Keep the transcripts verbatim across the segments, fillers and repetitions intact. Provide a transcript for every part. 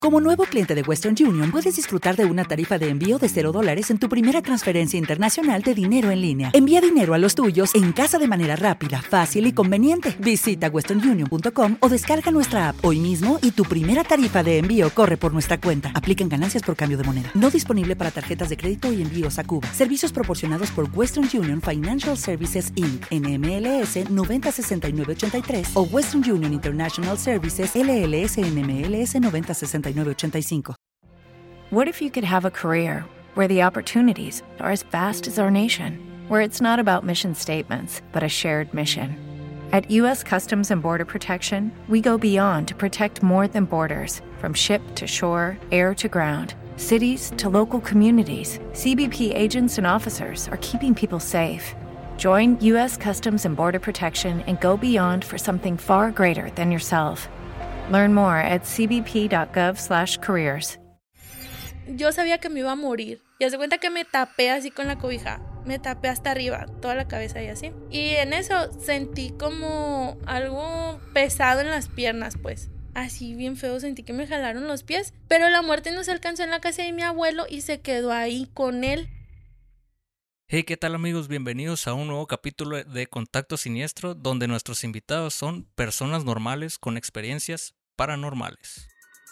Como nuevo cliente de Western Union, puedes disfrutar de una tarifa de envío de cero dólares en tu primera transferencia internacional de dinero en línea. Envía dinero a los tuyos en casa de manera rápida, fácil y conveniente. Visita western union punto com o descarga nuestra app hoy mismo y tu primera tarifa de envío corre por nuestra cuenta. Aplican ganancias por cambio de moneda. No disponible para tarjetas de crédito y envíos a Cuba. Servicios proporcionados por Western Union Financial Services incorporated. N M L S noventa sesenta y nueve ochenta y tres o Western Union International Services L L S N M L S noventa sesenta y nueve ochenta y cinco. What if you could have a career where the opportunities are as vast as our nation, where it's not about mission statements, but a shared mission? At U S Customs and Border Protection, we go beyond to protect more than borders, from ship to shore, air to ground, cities to local communities. C B P agents and officers are keeping people safe. Join U S Customs and Border Protection and go beyond for something far greater than yourself. Learn more at c b p dot gov slash careers. Yo sabía que me iba a morir. Y haz de cuenta que me tapé así con la cobija. Me tapé hasta arriba, toda la cabeza y así. Y en eso sentí como algo pesado en las piernas, pues. Así bien feo, sentí que me jalaron los pies. Pero la muerte nos alcanzó en la casa de mi abuelo y se quedó ahí con él. Hey, ¿qué tal amigos? Bienvenidos a un nuevo capítulo de Contacto Siniestro, donde nuestros invitados son personas normales con experiencias paranormales.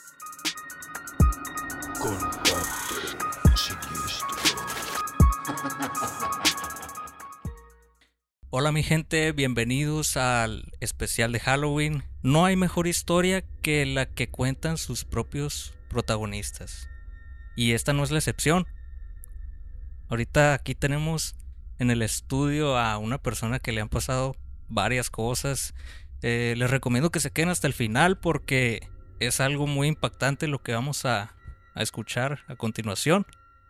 Contacto Siniestro. Hola mi gente, bienvenidos al especial de Halloween. No hay mejor historia que la que cuentan sus propios protagonistas. Y esta no es la excepción. Ahorita aquí tenemos en el estudio a una persona que le han pasado varias cosas. Eh, les recomiendo que se queden hasta el final porque es algo muy impactante lo que vamos a, a escuchar a continuación.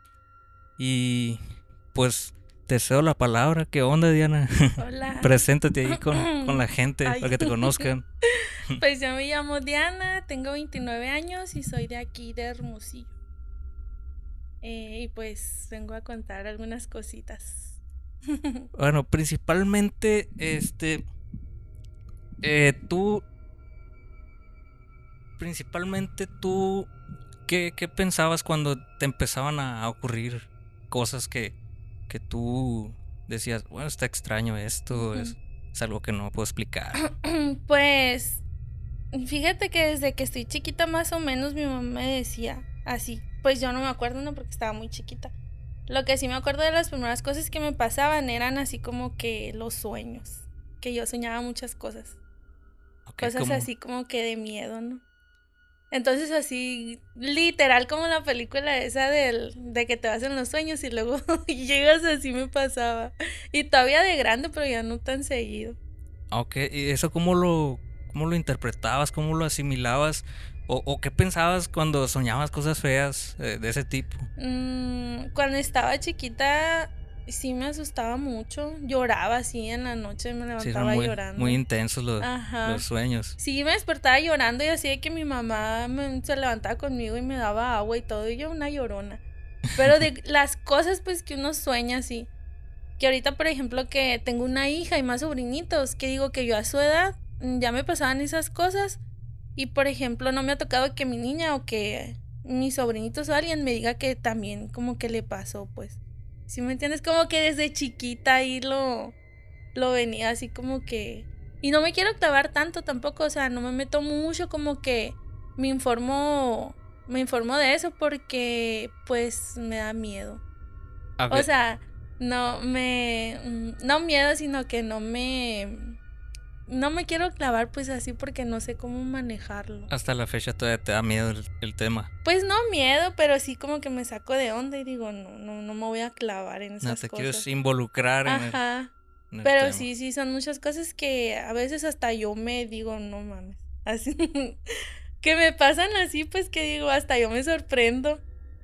Y pues te cedo la palabra. ¿Qué onda, Diana? Hola. Preséntate ahí con, con la gente. Ay, para que te conozcan. Pues yo me llamo Diana, tengo veintinueve años y soy de aquí de Hermosillo. Eh, y pues vengo a contar algunas cositas. Bueno, principalmente, este, eh, tú, principalmente tú, ¿qué, qué pensabas cuando te empezaban a ocurrir cosas que, que tú decías, bueno, está extraño esto, uh-huh. es, es algo que no puedo explicar? Pues, fíjate que desde que estoy chiquita más o menos mi mamá me decía así. Pues yo no me acuerdo, no, porque estaba muy chiquita. Lo que sí me acuerdo de las primeras cosas que me pasaban eran así como que los sueños. Que yo soñaba muchas cosas. Okay, cosas ¿cómo? Así como que de miedo, ¿no? Entonces así, literal como la película esa del, de que te vas en los sueños y luego llegas, así me pasaba. Y todavía de grande, pero ya no tan seguido. Ok, ¿y eso cómo lo, cómo lo interpretabas? ¿Cómo lo asimilabas? ¿O, ¿O qué pensabas cuando soñabas cosas feas eh, de ese tipo? Mm, cuando estaba chiquita sí me asustaba mucho. Lloraba así en la noche, me levantaba sí, muy, llorando. Muy intensos los, los sueños. Sí, me despertaba llorando y así de que mi mamá me, se levantaba conmigo y me daba agua y todo. Y yo una llorona. Pero de las cosas pues que uno sueña así. Que ahorita, por ejemplo, que tengo una hija y más sobrinitos. Que digo que yo a su edad ya me pasaban esas cosas. Y por ejemplo, no me ha tocado que mi niña o que mis sobrinitos o alguien me diga que también como que le pasó, pues. ¿Sí me entiendes? Como que desde chiquita ahí lo, lo venía así como que... Y no me quiero clavar tanto tampoco, o sea, no me meto mucho, como que me informo, me informo de eso porque pues me da miedo. Okay. O sea, no me... No miedo, sino que no me... No me quiero clavar pues así porque no sé cómo manejarlo. Hasta la fecha todavía te da miedo el, el tema. Pues no miedo, pero sí como que me saco de onda y digo, no, no, no me voy a clavar en esas cosas. No te quieres involucrar en el, Ajá. En el pero tema. sí, sí, son muchas cosas que a veces hasta yo me digo, no mames. Así que me pasan así, pues que digo, hasta yo me sorprendo.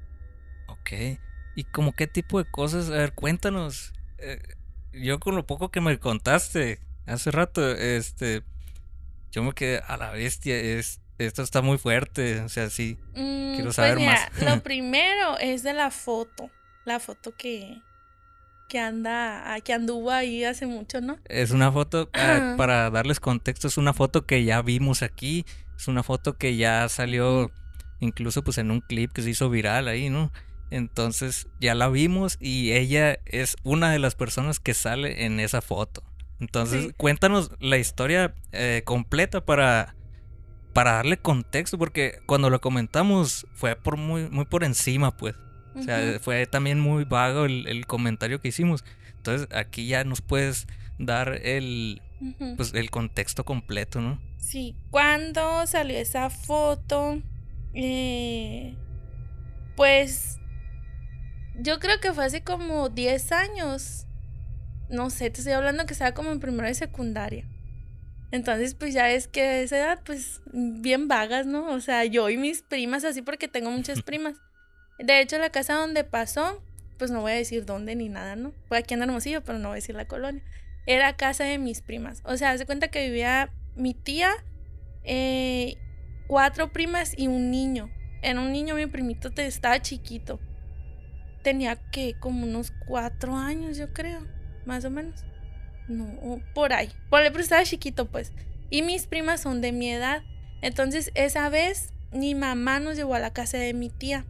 Ok. ¿Y como qué tipo de cosas? A ver, cuéntanos. Eh, yo con lo poco que me contaste hace rato, este, yo me quedé a la bestia, es, esto está muy fuerte, o sea, sí, mm, quiero saber pues mira, más. Lo primero es de la foto, la foto que, que anda, que anduvo ahí hace mucho, ¿no? Es una foto, uh, para darles contexto, es una foto que ya vimos aquí, es una foto que ya salió incluso pues en un clip que se hizo viral ahí, ¿no? Entonces ya la vimos y ella es una de las personas que sale en esa foto. Entonces, sí. Cuéntanos la historia eh, completa para, para darle contexto, porque cuando lo comentamos fue por muy, muy por encima, pues. Uh-huh. O sea, fue también muy vago el, el comentario que hicimos. Entonces, aquí ya nos puedes dar el, uh-huh. pues, el contexto completo, ¿no? Sí, cuando salió esa foto, eh, pues yo creo que fue hace como diez años. No sé, te estoy hablando que estaba como en primero de secundaria. Entonces, pues ya es que a esa edad, pues, bien vagas, ¿no? O sea, yo y mis primas así porque tengo muchas primas. De hecho, la casa donde pasó, pues no voy a decir dónde ni nada, ¿no? Fue aquí en Hermosillo, pero no voy a decir la colonia. Era casa de mis primas. O sea, haz de cuenta que vivía mi tía, eh, cuatro primas y un niño. Era un niño, mi primito estaba chiquito. Tenía que como unos cuatro años, yo creo. Más o menos. No, por ahí. Ponle, pero estaba chiquito, pues. Y mis primas son de mi edad. Entonces, esa vez, mi mamá nos llevó a la casa de mi tía.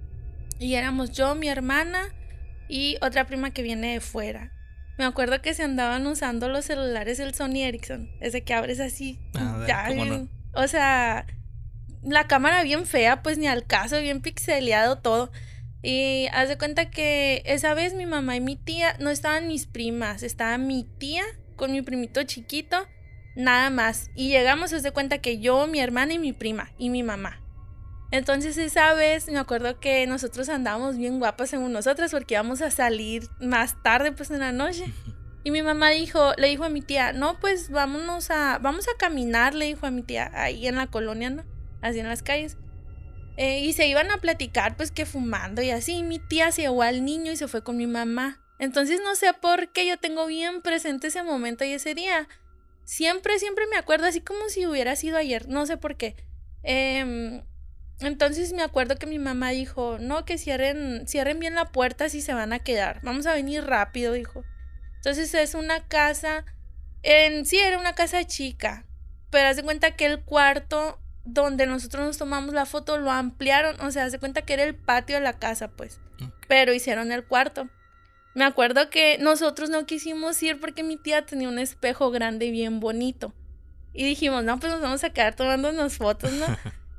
Y éramos yo, mi hermana y otra prima que viene de fuera. Me acuerdo que se andaban usando los celulares, el Sony Ericsson. Ese que abres así. Ah, ya, ¿cómo bien, no? O sea, la cámara bien fea, pues ni al caso, bien pixeleado todo. Y haz de cuenta que esa vez mi mamá y mi tía, no estaban mis primas, estaba mi tía con mi primito chiquito, nada más. Y llegamos, haz de cuenta que yo, mi hermana y mi prima y mi mamá. Entonces esa vez me acuerdo que nosotros andábamos bien guapas según nosotras porque íbamos a salir más tarde, pues en la noche. Y mi mamá dijo, le dijo a mi tía, no, pues vámonos a, vamos a caminar, le dijo a mi tía, ahí en la colonia, ¿no? Así en las calles. Eh, y se iban a platicar, pues que fumando y así. Y mi tía se llevó al niño y se fue con mi mamá. Entonces no sé por qué yo tengo bien presente ese momento y ese día. Siempre, siempre me acuerdo, así como si hubiera sido ayer. No sé por qué. Eh, entonces me acuerdo que mi mamá dijo, no, que cierren, cierren bien la puerta si se van a quedar. Vamos a venir rápido, dijo. Entonces es una casa, en, sí era una casa chica, pero haz de cuenta que el cuarto donde nosotros nos tomamos la foto lo ampliaron, o sea, haz de cuenta que era el patio de la casa, pues, okay. Pero hicieron el cuarto. Me acuerdo que nosotros no quisimos ir porque mi tía tenía un espejo grande y bien bonito. Y dijimos, no, pues nos vamos a quedar tomándonos fotos, ¿no?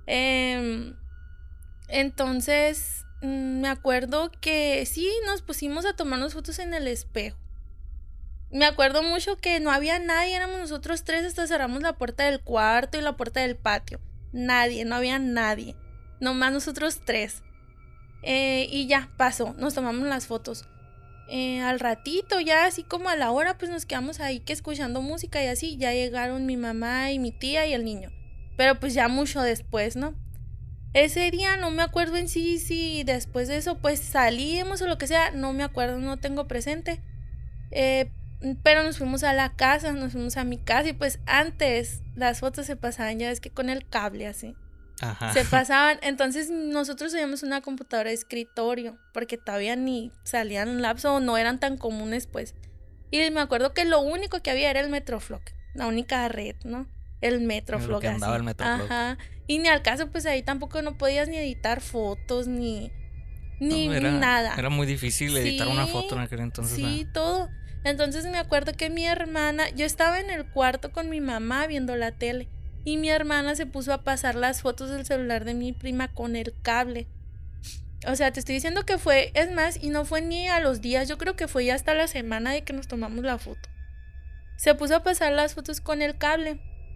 eh, entonces, me acuerdo que sí, nos pusimos a tomarnos fotos en el espejo. Me acuerdo mucho que no había nadie, éramos nosotros tres, hasta cerramos la puerta del cuarto y la puerta del patio. Nadie, no había nadie, nomás nosotros tres. Eh, y ya, pasó, nos tomamos las fotos. Eh, al ratito, ya así como a la hora, pues nos quedamos ahí que escuchando música y así. Ya llegaron mi mamá y mi tía y el niño. Pero pues ya mucho después, ¿no? Ese día no me acuerdo en sí si después de eso pues salimos o lo que sea. No me acuerdo, no tengo presente. Eh... Pero nos fuimos a la casa, nos fuimos a mi casa y pues antes las fotos se pasaban, ya ves que con el cable así. Ajá. Se pasaban, entonces nosotros teníamos una computadora de escritorio porque todavía ni salían lapsos o no eran tan comunes pues. Y me acuerdo que lo único que había era el Metroflog, la única red, ¿no? El Metroflog. Que andaba así. El Metroflog. Ajá. Y ni al caso pues ahí tampoco no podías ni editar fotos ni, ni, no, era, ni nada. Era muy difícil editar sí, una foto en aquel entonces. Sí, ¿no? todo. Entonces me acuerdo que mi hermana, yo estaba en el cuarto con mi mamá viendo la tele y mi hermana se puso a pasar las fotos del celular de mi prima con el cable. O sea, te estoy diciendo que fue, es más, y no fue ni a los días, yo creo que fue ya hasta la semana de que nos tomamos la foto. Se puso a pasar las fotos con el cable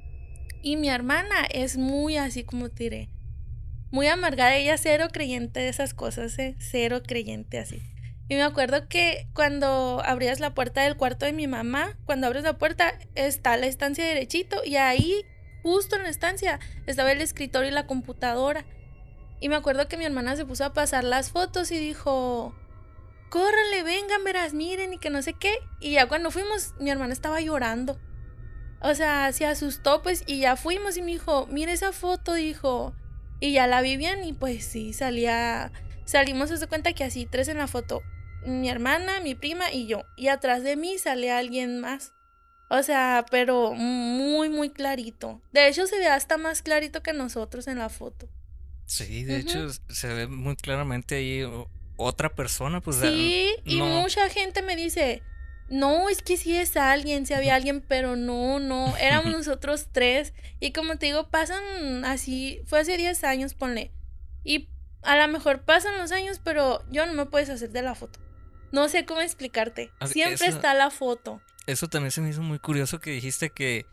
y mi hermana es muy así como te diré, muy amargada, ella cero creyente de esas cosas, ¿eh? Cero creyente así. Y me acuerdo que cuando abrías la puerta del cuarto de mi mamá, cuando abres la puerta está la estancia derechito y ahí, justo en la estancia, estaba el escritorio y la computadora. Y me acuerdo que mi hermana se puso a pasar las fotos y dijo, córranle, vengan, verás, miren y que no sé qué. Y ya cuando fuimos, mi hermana estaba llorando. O sea, se asustó pues y ya fuimos y me dijo, mire esa foto, dijo. Y ya la vi bien y pues sí, salía, salimos a su cuenta que así, tres en la foto. Mi hermana, mi prima y yo. Y atrás de mí sale alguien más. O sea, pero muy, muy clarito. De hecho, se ve hasta más clarito que nosotros en la foto. Sí, de Ujú. hecho se ve muy claramente ahí o- otra persona, pues Sí, ah, y no. mucha gente me dice, no, es que sí es alguien, sí había alguien, pero no, no, éramos nosotros tres. Y como te digo, pasan así, fue hace diez años, ponle. Y a lo mejor pasan los años, pero yo no me puedes hacer de la foto. No sé cómo explicarte. Ah, Siempre eso- está la foto. Eso también se me hizo muy curioso que dijiste que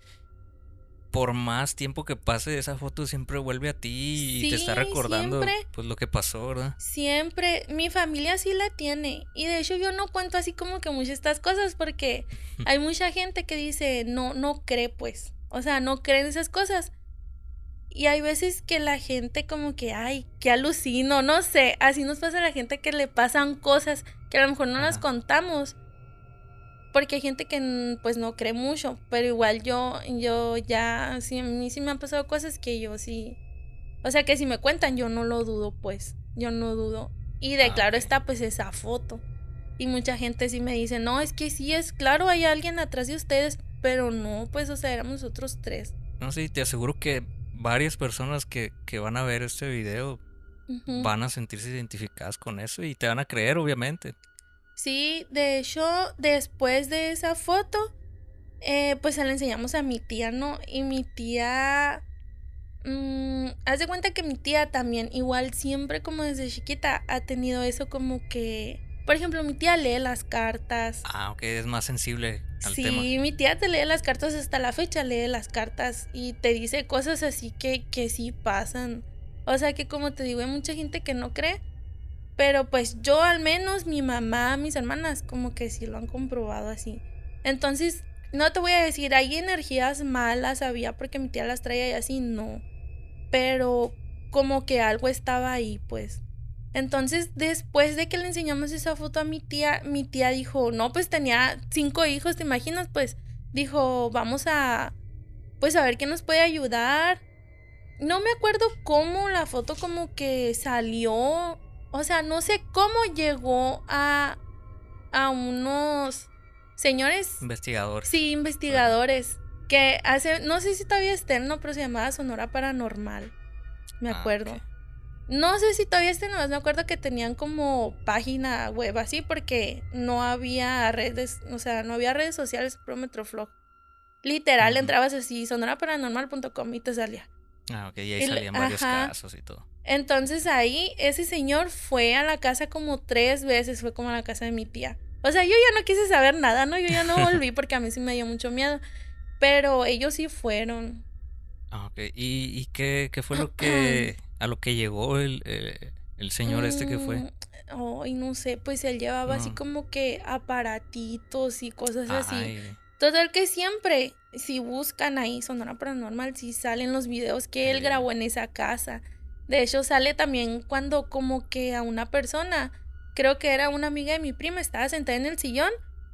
por más tiempo que pase esa foto siempre vuelve a ti y te está Sí, recordando siempre. pues lo que pasó, ¿verdad? Siempre, mi familia sí la tiene. Y de hecho yo no cuento así como que muchas estas cosas porque hay mucha gente que dice, no, no cree pues. O sea, no cree en esas cosas. Y hay veces que la gente como que, ay, que alucino, no sé. Así nos pasa a la gente que le pasan cosas que a lo mejor no las Ajá. contamos. Porque hay gente que mm, pues no cree mucho. Pero igual yo, yo ya, sí, a mí sí me han pasado cosas que yo sí. O sea que si me cuentan, yo no lo dudo, pues. Yo no dudo. Y de Ah, claro ok. está, pues, esa foto. Y mucha gente sí me dice, no, es que sí es claro, hay alguien atrás de ustedes. Pero no, pues, o sea, éramos nosotros tres. No sé, te aseguro que varias personas que, que van a ver este video Ujú. van a sentirse identificadas con eso y te van a creer, obviamente. Sí, de hecho, después de esa foto, eh, pues se la enseñamos a mi tía, ¿no? Y mi tía, mm, haz de cuenta que mi tía también, igual siempre como desde chiquita, ha tenido eso como que, por ejemplo, mi tía lee las cartas. Ah, ok, es más sensible al Sí, tema. mi tía te lee las cartas hasta la fecha, lee las cartas y te dice cosas así que, que sí pasan. O sea que como te digo, hay mucha gente que no cree. Pero pues yo al menos, mi mamá, mis hermanas, como que sí lo han comprobado así. Entonces, no te voy a decir, hay energías malas, había porque mi tía las traía y así, no. Pero como que algo estaba ahí, pues. Entonces, después de que le enseñamos esa foto a mi tía, mi tía dijo, no, pues tenía cinco hijos, ¿te imaginas? Pues dijo, vamos a, pues a ver qué nos puede ayudar. No me acuerdo cómo la foto como que salió. O sea, no sé cómo llegó a, a unos señores, Investigador. sí, investigadores, que hace, no sé si todavía estén, no, pero se llamaba Sonora Paranormal, me Ah, acuerdo. ok. No sé si todavía estén, nomás me acuerdo que tenían como página web así, porque no había redes, o sea, no había redes sociales, pro Metroflog. Literal, Ujú. entrabas así, sonora paranormal punto com y te salía. Ah, ok, y ahí Y le- salían varios ajá. casos y todo. Entonces ahí ese señor fue a la casa como tres veces, fue como a la casa de mi tía. O sea, yo ya no quise saber nada, ¿no? Yo ya no volví porque a mí sí me dio mucho miedo. Pero ellos sí fueron. Ah, ok. ¿Y, y qué, qué fue lo que a lo que llegó el, eh, el señor este que fue? Mm, Ay, no sé, pues él llevaba así No. como que aparatitos y cosas así. Ay, Total que siempre, si buscan ahí Sonora Paranormal, sí salen los videos que él Eh. grabó en esa casa. De hecho, sale también cuando como que a una persona, creo que era una amiga de mi prima, estaba sentada en el sillón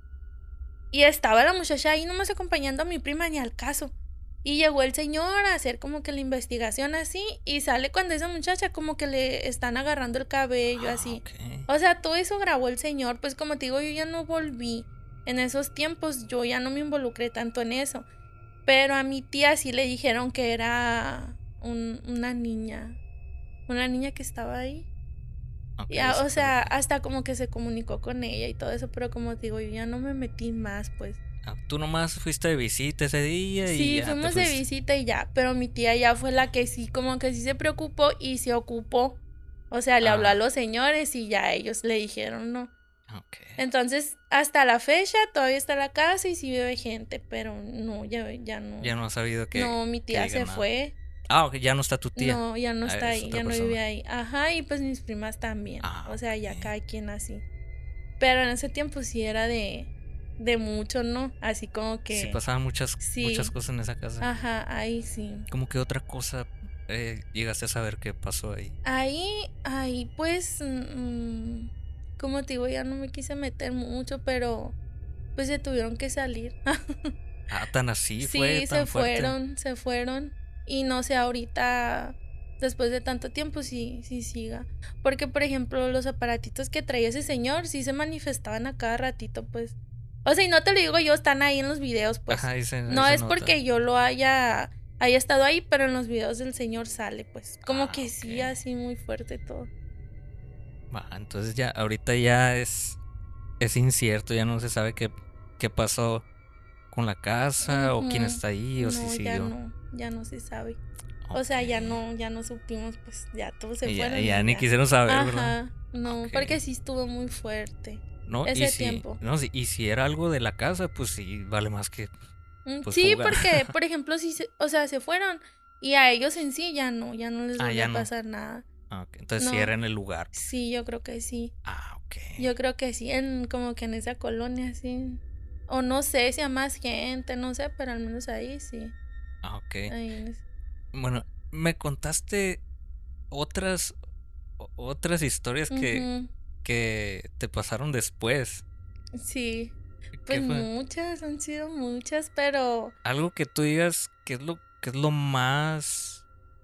y estaba la muchacha ahí nomás acompañando a mi prima ni al caso. Y llegó el señor a hacer como que la investigación así y sale cuando esa muchacha como que le están agarrando el cabello ah, así. ok. O sea, todo eso grabó el señor, pues como te digo, yo ya no volví. En esos tiempos yo ya no me involucré tanto en eso. Pero a mi tía sí le dijeron que era un- una niña. Una niña que estaba ahí. Ok, Y, a- eso o fue sea, lo que- hasta como que se comunicó con ella y todo eso. Pero como te digo, yo ya no me metí más, pues. Ah, tú nomás fuiste de visita ese día y Sí, ya te fuimos de fuiste. visita y ya. Pero mi tía ya fue la que sí, como que sí se preocupó y se ocupó. O sea, le habló Ah. a los señores y ya ellos le dijeron no. Ok. Entonces, hasta la fecha todavía está la casa y sí vive gente, pero no, ya, ya no. Ya no has sabido que. No, mi que tía digan se nada. fue. Ah, ok, ya no está tu tía. No, ya no Ah, está es ahí, otra ya no persona. vive ahí. Ajá, y pues mis primas también. Ah, o sea, ya ok. cada quien así. Pero en ese tiempo sí era de, de mucho, ¿no? Así como que. Sí, pasaban muchas, Sí. muchas cosas en esa casa. Ajá, ahí sí. Como que otra cosa eh, llegaste a saber qué pasó ahí. Ahí, ahí pues, mm, como te digo, ya no me quise meter mucho, pero pues se tuvieron que salir. Ah, tan así Sí, fue, tan se fuerte. fueron, se fueron. Y no sé, ahorita, después de tanto tiempo, sí, sí siga. Porque, por ejemplo, los aparatitos que traía ese señor, sí se manifestaban a cada ratito, pues. O sea, y no te lo digo yo, están ahí en los videos, pues. Ajá, ahí se, ahí No se es nota. porque yo lo haya haya estado ahí, pero en los videos del señor sale, pues. Como Ah, que ok. sí, así muy fuerte todo. Va, entonces ya, ahorita ya es, es incierto, ya no se sabe qué, qué pasó con la casa o quién Ujú. está ahí o si No, ya siguió. no, ya no se sabe. O sea, ya Ok. no, ya no supimos, pues ya todos se Y ya, fueron. ya y ni ya. quisieron saber, ¿verdad? Ajá, no, Ok. porque sí estuvo muy fuerte No, y ese si, tiempo. no, si- y si era algo de la casa, pues sí, vale más que Mm, pues Sí, fuga. porque, por ejemplo, si se, o sea, se fueron y a ellos en sí ya no, ya no les Ah, volvió ya a no. pasar nada. Ah, ok, entonces sí No, era en el lugar. sí, yo creo que sí. Ah, ok. Yo creo que sí, en como que en esa colonia sí. O no sé si a más gente, no sé, pero al menos ahí sí. Ah, ok. Ahí en ese- Bueno, me contaste otras o- otras historias que, Ujú, que te pasaron después. Sí, pues ¿Qué fue? muchas, han sido muchas, pero Algo que tú digas que es lo que es lo más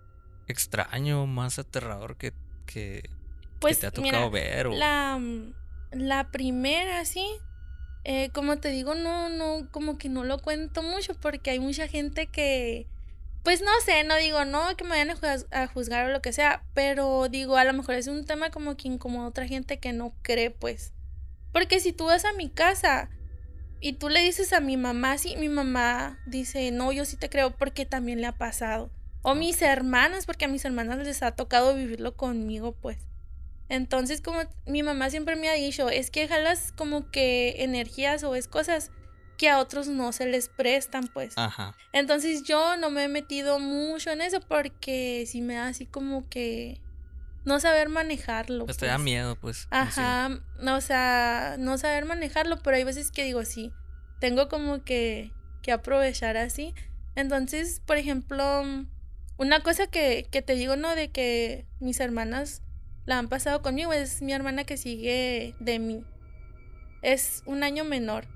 extraño, más aterrador que, que, que pues te ha tocado mira, ver o la, mm, la primera sí, eh, como te digo, no, no, como que no lo cuento mucho porque hay mucha gente que, pues no sé, no digo, no, que me vayan a, juz- a juzgar o lo que sea, pero digo, a lo mejor es un tema como que incomoda a otra gente que no cree, pues. Porque si tú vas a mi casa y tú le dices a mi mamá, sí, mi mamá dice, no, yo sí te creo porque también le ha pasado. O Ok. mis hermanas, porque a mis hermanas les ha tocado vivirlo conmigo, pues. Entonces, como mi mamá siempre me ha dicho, es que jalas como que energías o es cosas que a otros no se les prestan, pues. Ajá. Entonces yo no me he metido mucho en eso porque sí me da así como que no saber manejarlo, Pues te da pues. miedo, pues. en sí. Ajá, o sea, no saber manejarlo, pero hay veces que digo, sí, tengo como que, que aprovechar así. Entonces, por ejemplo, una cosa que, que te digo, ¿no? De que mis hermanas la han pasado conmigo, es mi hermana que sigue de mí. Es un año menor.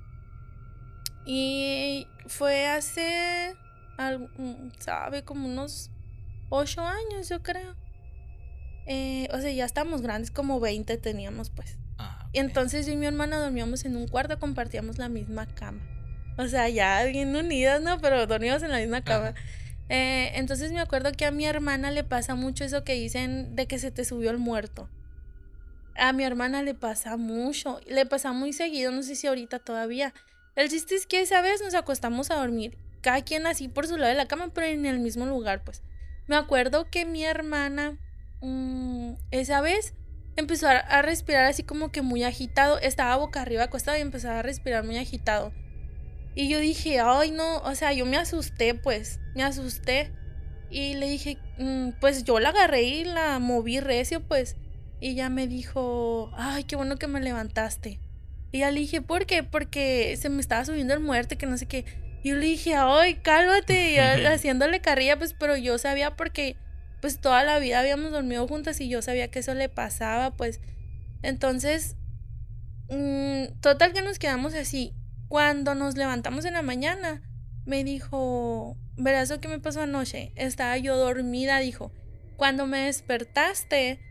Y fue hace, al- mm, sabe, como unos ocho años, yo creo. Eh, o sea, ya estamos grandes, como veinte teníamos, pues. Ah, ok. Y entonces yo y mi hermana dormíamos en un cuarto, compartíamos la misma cama. O sea, ya bien unidas, ¿no? Pero dormíamos en la misma cama. Ajá. Eh, entonces me acuerdo que a mi hermana le pasa mucho eso que dicen de que se te subió el muerto. A mi hermana le pasa mucho, le pasa muy seguido, no sé si ahorita todavía. El chiste es que esa vez nos acostamos a dormir, cada quien así por su lado de la cama, pero en el mismo lugar, pues. Me acuerdo que mi hermana, mmm, esa vez empezó a, a respirar así como que muy agitado, estaba boca arriba acostada y empezó a respirar muy agitado. Y yo dije, ay no, o sea, yo me asusté, pues, me asusté. Y le dije, mm, pues yo la agarré y la moví recio, pues. Y ella me dijo, ay, qué bueno que me levantaste. Y ya le dije, ¿por qué? Porque se me estaba subiendo el muerto, que no sé qué. Y yo le dije, ay, cálmate, y yo haciéndole carrilla, pues, pero yo sabía porque, pues, toda la vida habíamos dormido juntas y yo sabía que eso le pasaba, pues. Entonces, mm, total que nos quedamos así. Cuando nos levantamos en la mañana, me dijo, verás lo que me pasó anoche. Estaba yo dormida, dijo. Cuando me despertaste,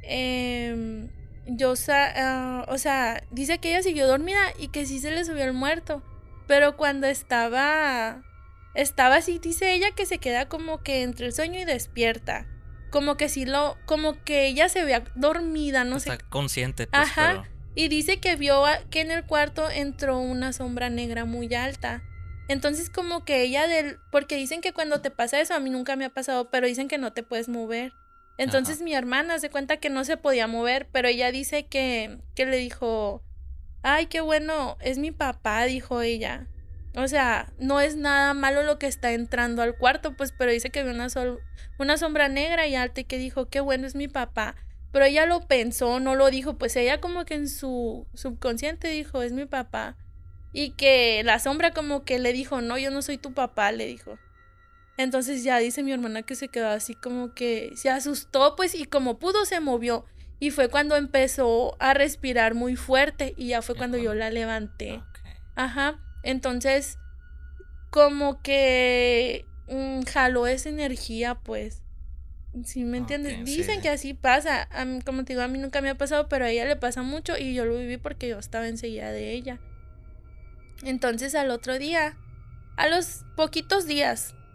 eh, yo, sa uh, o sea, dice que ella siguió dormida y que sí se le subió el muerto. Pero cuando estaba, estaba así, dice ella que se queda como que entre el sueño y despierta. Como que sí lo, como que ella se veía dormida, no Está sé. consciente, pues, Ajá. pero. Y dice que vio a, que en el cuarto entró una sombra negra muy alta. Entonces como que ella del... Porque dicen que cuando te pasa eso, a mí nunca me ha pasado, pero dicen que no te puedes mover. Entonces Ajá. mi hermana se cuenta que no se podía mover, pero ella dice que, que le dijo, ay, qué bueno, es mi papá, dijo ella. O sea, no es nada malo lo que está entrando al cuarto, pues, pero dice que vio una, sol una sombra negra y alta y que dijo, qué bueno, es mi papá. Pero ella lo pensó, no lo dijo, pues ella como que en su subconsciente dijo, es mi papá. Y que la sombra como que le dijo, no, yo no soy tu papá, le dijo. Entonces ya dice mi hermana que se quedó así como que se asustó, pues, y como pudo se movió. Y fue cuando empezó a respirar muy fuerte y ya fue cuando yo la levanté. Okay. Ajá, entonces como que mmm, jaló esa energía, pues. ¿Sí me entiendes? Okay, Dicen sí. que así pasa. A mí, como te digo, a mí nunca me ha pasado, pero a ella le pasa mucho y yo lo viví porque yo estaba enseguida de ella. Entonces al otro día, a los poquitos días,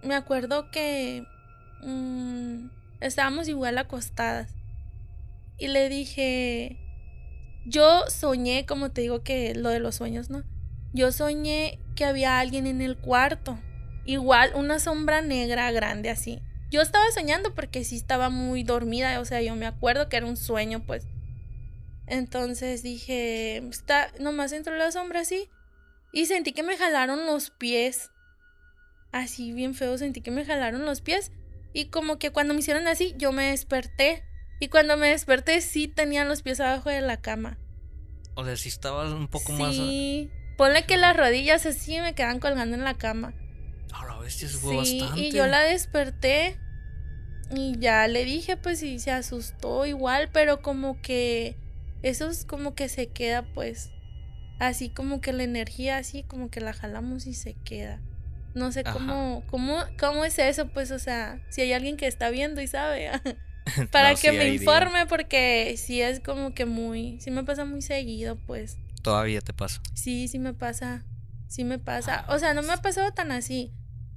me acuerdo que mmm, estábamos igual acostadas. Y le dije, yo soñé, como te digo que lo de los sueños, ¿no? Yo soñé que había alguien en el cuarto. Igual, una sombra negra grande así. Yo estaba soñando porque sí estaba muy dormida. O sea, yo me acuerdo que era un sueño, pues. Entonces dije, está, nomás entró la sombra así. Y sentí que me jalaron los pies. Así, bien feo, sentí que me jalaron los pies. Y como que cuando me hicieron así, yo me desperté. Y cuando me desperté, sí tenía los pies abajo de la cama. O sea, sí estabas un poco sí, más... Sí, ponle que las rodillas así me quedan colgando en la cama. A la bestia, se fue Sí, bastante. y yo la desperté y ya le dije, pues, y se asustó igual, pero como que eso es como que se queda, pues, así como que la energía así como que la jalamos y se queda. No sé cómo, cómo, cómo es eso, pues, o sea, si hay alguien que está viendo y sabe, para No, que sí, me hay informe, días. Porque sí es como que muy, sí me pasa muy seguido, pues. Todavía te pasa. Sí, sí me pasa, sí me pasa. Ah, O sea, no me ha pasado tan así,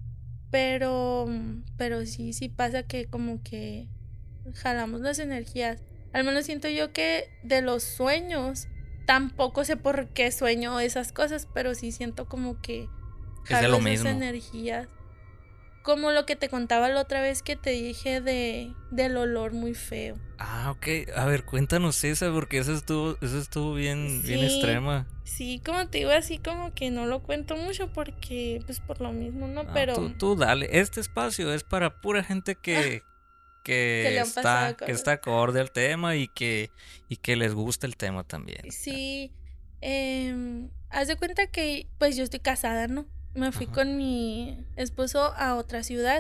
pero, pero sí, sí pasa que como que jalamos las energías. Al menos siento yo que de los sueños, tampoco sé por qué sueño esas cosas, pero sí siento como que es de jalo lo esas mismo. energías. Como lo que te contaba la otra vez que te dije de del olor muy feo. Ah, ok. A ver, cuéntanos esa, porque esa estuvo, esa estuvo bien, Sí, bien extrema. Sí, como te digo, así como que no lo cuento mucho porque, pues por lo mismo, ¿no? No, Pero tú, tú dale. Este espacio es para pura gente que, que que le han pasado está, que cosas. está acorde al tema y que, y que les gusta el tema también. Sí, eh, haz de cuenta que pues yo estoy casada, ¿no? Me fui Ajá. con mi esposo a otra ciudad.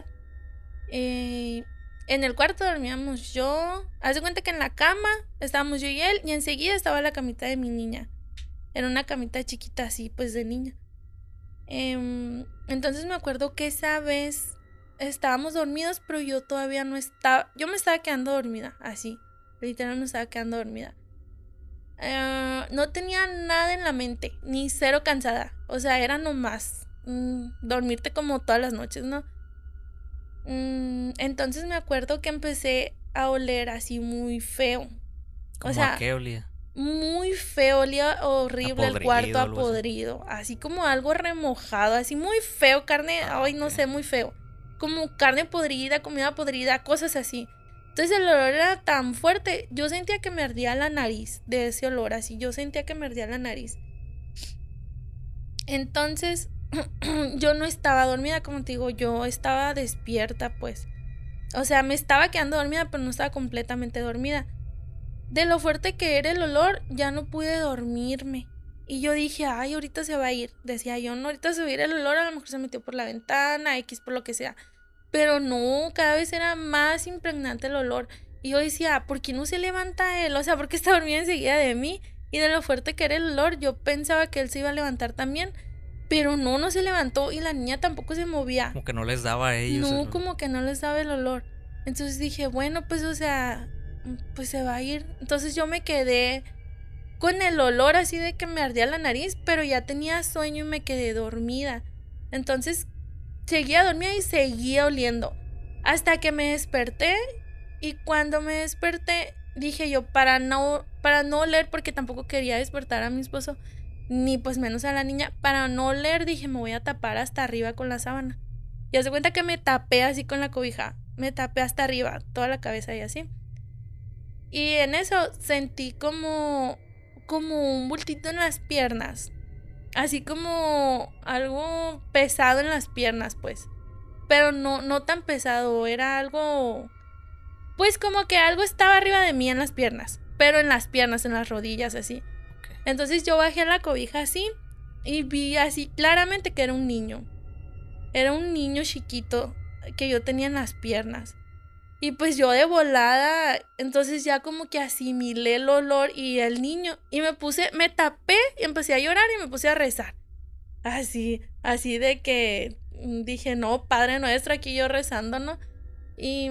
Eh, en el cuarto dormíamos yo. Haz de cuenta que en la cama estábamos yo y él y enseguida estaba la camita de mi niña. Era una camita chiquita así, pues de niña. Eh, entonces me acuerdo que esa vez estábamos dormidos, pero yo todavía no estaba. Yo me estaba quedando dormida, así. Literal, me estaba quedando dormida. Uh, no tenía nada en la mente, ni cero cansada. O sea, era nomás mm, dormirte como todas las noches, ¿no? Mm, entonces me acuerdo que empecé a oler así muy feo. ¿Cómo O sea, a qué olía? Muy feo, olía horrible el cuarto, algo así. apodrido. Así como algo remojado, así muy feo, carne, Ah, ay, no ok. sé, muy feo. Como carne podrida, comida podrida, cosas así. Entonces el olor era tan fuerte, yo sentía que me ardía la nariz de ese olor, así, yo sentía que me ardía la nariz. Entonces, yo no estaba dormida, como te digo, yo estaba despierta, pues. O sea, me estaba quedando dormida, pero no estaba completamente dormida. De lo fuerte que era el olor, ya no pude dormirme. Y yo dije, ay, ahorita se va a ir. Decía yo, no, ahorita se va a ir el olor, a lo mejor se metió por la ventana, X, por lo que sea. Pero no, cada vez era más impregnante el olor. Y yo decía, ¿por qué no se levanta él? O sea, ¿por qué está dormido enseguida de mí? Y de lo fuerte que era el olor, yo pensaba que él se iba a levantar también. Pero no, no se levantó y la niña tampoco se movía. Como que no les daba a ellos. No, el... como que no les daba el olor. Entonces dije, bueno, pues, o sea, pues se va a ir. Entonces yo me quedé con el olor así de que me ardía la nariz, pero ya tenía sueño y me quedé dormida. Entonces seguía dormida y seguía oliendo. Hasta que me desperté, y cuando me desperté dije yo, para no, para no oler, porque tampoco quería despertar a mi esposo, ni pues menos a la niña, para no oler dije, me voy a tapar hasta arriba con la sábana. Y haz de cuenta que me tapé así con la cobija, me tapé hasta arriba, toda la cabeza y así. Y en eso sentí como, como un bultito en las piernas, así como algo pesado en las piernas, pues. Pero no, no tan pesado, era algo, pues como que algo estaba arriba de mí en las piernas, pero en las piernas, en las rodillas, así. Okay. Entonces yo bajé la cobija así y vi así claramente que era un niño. Era un niño chiquito que yo tenía en las piernas. Y pues yo de volada, entonces ya como que asimilé el olor y el niño. Y me puse, me tapé y empecé a llorar y me puse a rezar. Así, así de que dije, no, Padre Nuestro, aquí yo rezando, ¿no? Y,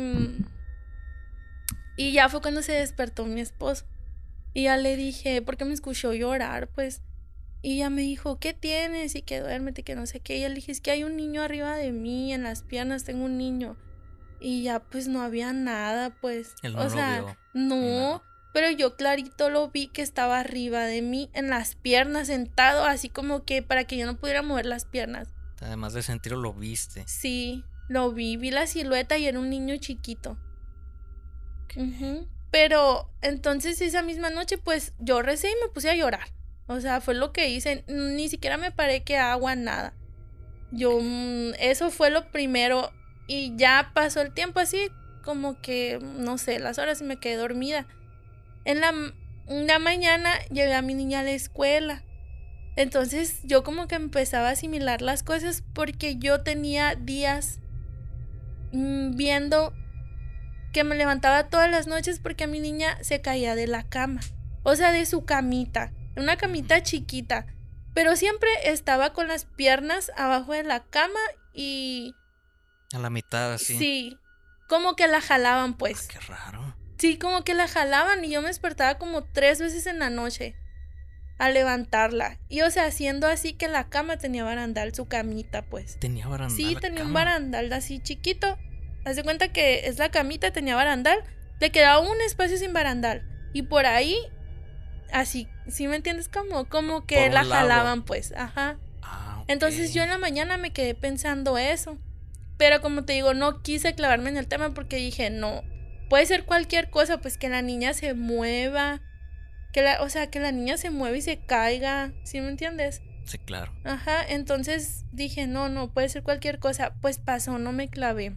y ya fue cuando se despertó mi esposo. Y ya le dije, porque me escuchó llorar, pues. Y ella me dijo, ¿qué tienes? Y que duérmete, que no sé qué. Y yo le dije, es que hay un niño arriba de mí, en las piernas tengo un niño. Y ya pues no había nada, pues. Él no o lo sea, vio, ni no, nada. pero yo clarito lo vi que estaba arriba de mí, en las piernas, sentado, así como que para que yo no pudiera mover las piernas. Además de sentirlo, lo viste. Sí, lo vi, vi la silueta y era un niño chiquito. Ujú. Pero entonces esa misma noche pues yo recé y me puse a llorar. O sea, fue lo que hice, ni siquiera me paré que agua, nada. Yo, mm, eso fue lo primero y ya pasó el tiempo así como que, no sé, las horas y me quedé dormida. En la, en la mañana llevé a mi niña a la escuela. Entonces yo como que empezaba a asimilar las cosas porque yo tenía días mmm, viendo que me levantaba todas las noches porque mi niña se caía de la cama. O sea, de su camita. Una camita chiquita. Pero siempre estaba con las piernas abajo de la cama y... A la mitad, así. Sí, como que la jalaban, pues. Ah, qué raro. Sí, como que la jalaban y yo me despertaba como tres veces en la noche a levantarla. Y o sea, haciendo así que la cama tenía barandal, su camita, pues. Tenía barandal. Sí, la tenía un cama. barandal así chiquito. Haz de cuenta que es la camita, tenía barandal. Le quedaba un espacio sin barandal. Y por ahí, así, ¿sí me entiendes? Como, como que Por un la lado. jalaban, pues. Ajá. Ah, ok. Entonces yo en la mañana me quedé pensando eso. Pero como te digo, no quise clavarme en el tema porque dije, no, puede ser cualquier cosa, pues que la niña se mueva, que la, o sea, que la niña se mueva y se caiga, ¿sí me entiendes? Sí, claro. Ajá, entonces dije, no, no, puede ser cualquier cosa. Pues pasó, no me clavé.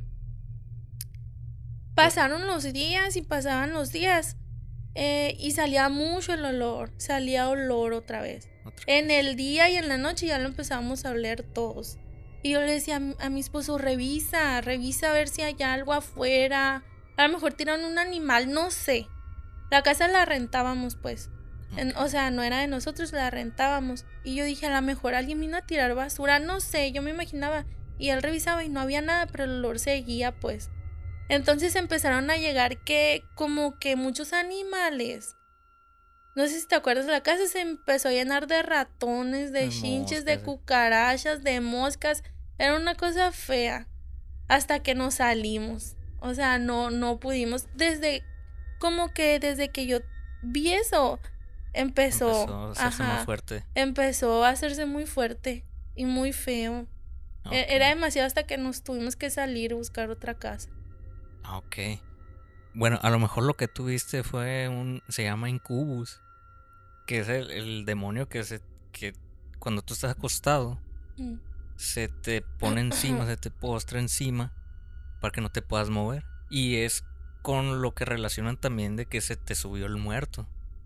Pasaron los días y pasaban los días eh, y salía mucho el olor, salía olor otra vez. Otra En vez. el día y en la noche ya lo empezamos a oler todos. Y yo le decía a mi, a mi esposo, revisa, revisa a ver si hay algo afuera. A lo mejor tiraron un animal, no sé. La casa la rentábamos, pues. En- o sea, no era de nosotros, la rentábamos. Y yo dije, a lo mejor alguien vino a tirar basura, no sé, yo me imaginaba. Y él revisaba y no había nada, pero el olor seguía, pues. Entonces empezaron a llegar que, como que muchos animales. No sé si te acuerdas, la casa se empezó a llenar de ratones, de De chinches, de moscas, de- cucarachas, de moscas. Era una cosa fea. Hasta que nos salimos. O sea, no, no pudimos. Desde, como que desde que yo vi eso, empezó. Empezó a hacerse ajá, más fuerte. empezó a hacerse muy fuerte y muy feo. Ah, E- ok. Era demasiado hasta que nos tuvimos que salir a buscar otra casa. Ah, ok. Bueno, a lo mejor lo que tú viste fue un... Se llama incubus. Que es el, el demonio que se... Que cuando tú estás acostado, Mm. se te pone encima, se te postra encima para que no te puedas mover. Y es con lo que relacionan también de que se te subió el muerto.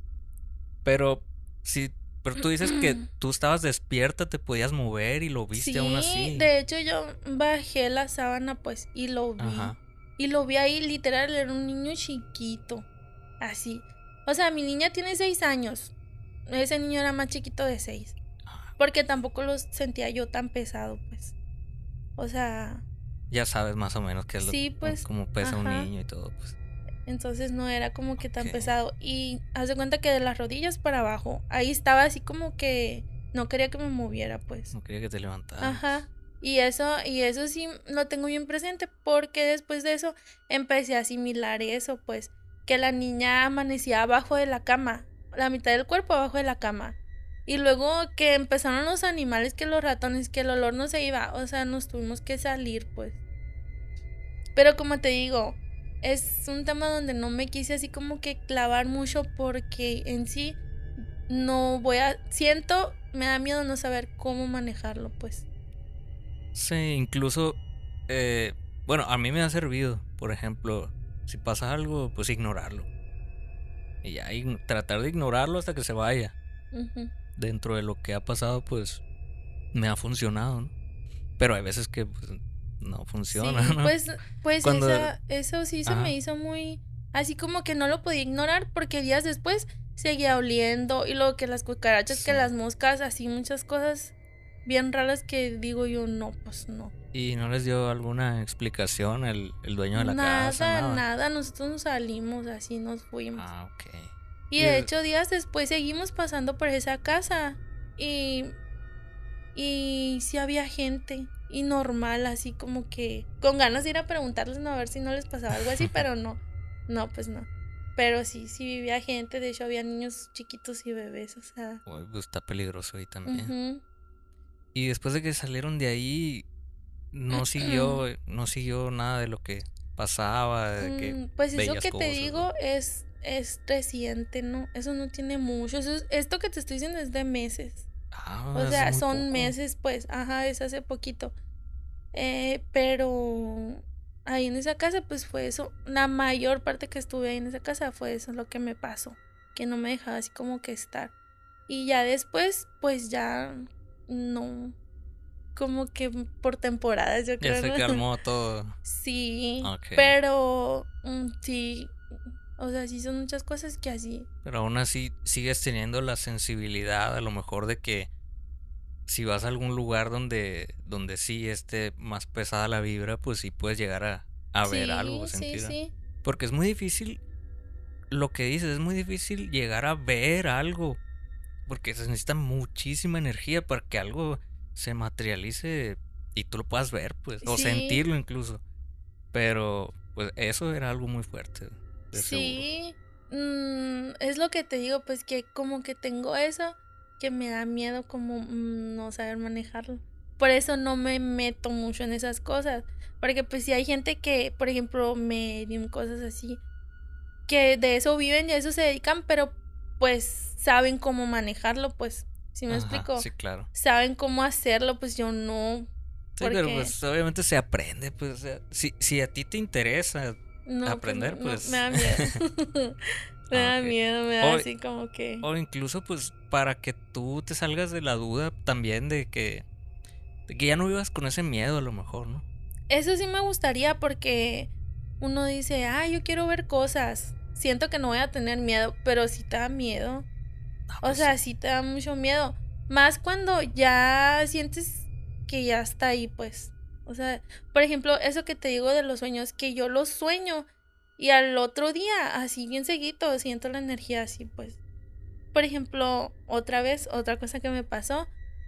Pero si... Pero tú dices que tú estabas despierta, te podías mover y lo viste Sí, aún así. de hecho yo bajé la sábana pues y lo vi. Ajá. Y lo vi ahí, literal, era un niño chiquito. Así. O sea, mi niña tiene seis años. Ese niño era más chiquito de seis. Porque tampoco lo sentía yo tan pesado, pues. O sea, Ya sabes más o menos qué es lo Sí, pues, cómo pesa un ajá. niño y todo, pues. entonces no era como que tan Ok. pesado. Y haz de cuenta que de las rodillas para abajo, ahí estaba así como que no quería que me moviera, pues. No quería que te levantaras. Ajá. Y eso, y eso sí lo tengo bien presente porque después de eso empecé a asimilar eso, pues, que la niña amanecía abajo de la cama, la mitad del cuerpo abajo de la cama. Y luego que empezaron los animales, que los ratones, que el olor no se iba, o sea, nos tuvimos que salir, pues. Pero como te digo, es un tema donde no me quise así como que clavar mucho porque en sí no voy a, siento, me da miedo no saber cómo manejarlo, pues. Sí, incluso, eh, bueno, a mí me ha servido, por ejemplo, si pasa algo, pues ignorarlo. Y ya, ign- tratar de ignorarlo hasta que se vaya. Ujú. Dentro de lo que ha pasado, pues, me ha funcionado, ¿no? Pero hay veces que, pues, no funciona, Sí, ¿no? pues, pues Cuando- esa, eso sí se Ajá. me hizo muy, así como que no lo podía ignorar porque días después seguía oliendo y luego que las cucarachas, que Sí. las moscas, así muchas cosas bien raras que digo yo, no, pues no. ¿Y no les dio alguna explicación el, el dueño de la Nada, casa? nada, nosotros nos salimos, así nos fuimos. Ah, ok. Y y de de- hecho días después seguimos pasando por esa casa Y, y sí había gente, y normal, así como que con ganas de ir a preguntarles, no, a ver si no les pasaba algo así, pero no, no, pues no. Pero sí, sí vivía gente, de hecho había niños chiquitos y bebés, o sea. Uy, pues está peligroso ahí también. Uh-huh. Y después de que salieron de ahí, no siguió, no siguió nada de lo que pasaba, de que Mm, pues eso veías que cosas, te digo ¿no? es, es reciente, ¿no? Eso no tiene mucho. Eso es- esto que te estoy diciendo es de meses. Ah, O es sea, muy son poco. meses, pues, ajá, es hace poquito. Eh, pero ahí en esa casa, pues fue eso. La mayor parte que estuve ahí en esa casa fue eso lo que me pasó. Que no me dejaba así como que estar. Y ya después, pues ya no. Como que por temporadas, yo Ya creo, se ¿no? calmó todo. Sí, Ok. pero mm, sí. O sea, sí son muchas cosas que así. Pero aún así sigues teniendo la sensibilidad, a lo mejor, de que si vas a algún lugar donde, donde sí esté más pesada la vibra, pues sí puedes llegar a, a ver algo, a Sí, sí, sentir. sí. Porque es muy difícil, lo que dices, es muy difícil llegar a ver algo. Porque se necesita muchísima energía para que algo se materialice y tú lo puedas ver, pues, o Sí, sentirlo incluso. Pero, pues, eso era algo muy fuerte, de seguro. sí. Mm, es lo que te digo, pues que como que tengo eso que me da miedo como mm, no saber manejarlo. Por eso no me meto mucho en esas cosas. Porque pues si hay gente que, por ejemplo, medium, cosas así, que de eso viven y a eso se dedican, pero pues saben cómo manejarlo, pues, ¿sí me Ajá, explico? sí, claro. Saben cómo hacerlo, pues yo no, Sí, pero porque pues obviamente se aprende, pues, o sea, si, si a ti te interesa no, aprender, pues, pues... no, me da miedo. Me Ah, da ok. miedo, me da O, así como que... o incluso, pues, para que tú te salgas de la duda también de que, de que ya no vivas con ese miedo a lo mejor, ¿no? Eso sí me gustaría porque uno dice, ah, yo quiero ver cosas. Siento que no voy a tener miedo, pero sí te da miedo. Ah, O pues sea, sí. sí te da mucho miedo. Más cuando ya sientes que ya está ahí, pues. O sea, por ejemplo, eso que te digo de los sueños, que yo los sueño y al otro día, así bien seguido, siento la energía así, pues. Por ejemplo, otra vez, otra cosa que me pasó,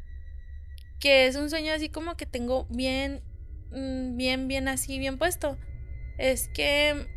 que es un sueño así como que tengo bien, mm, bien, bien así, bien puesto. Es que,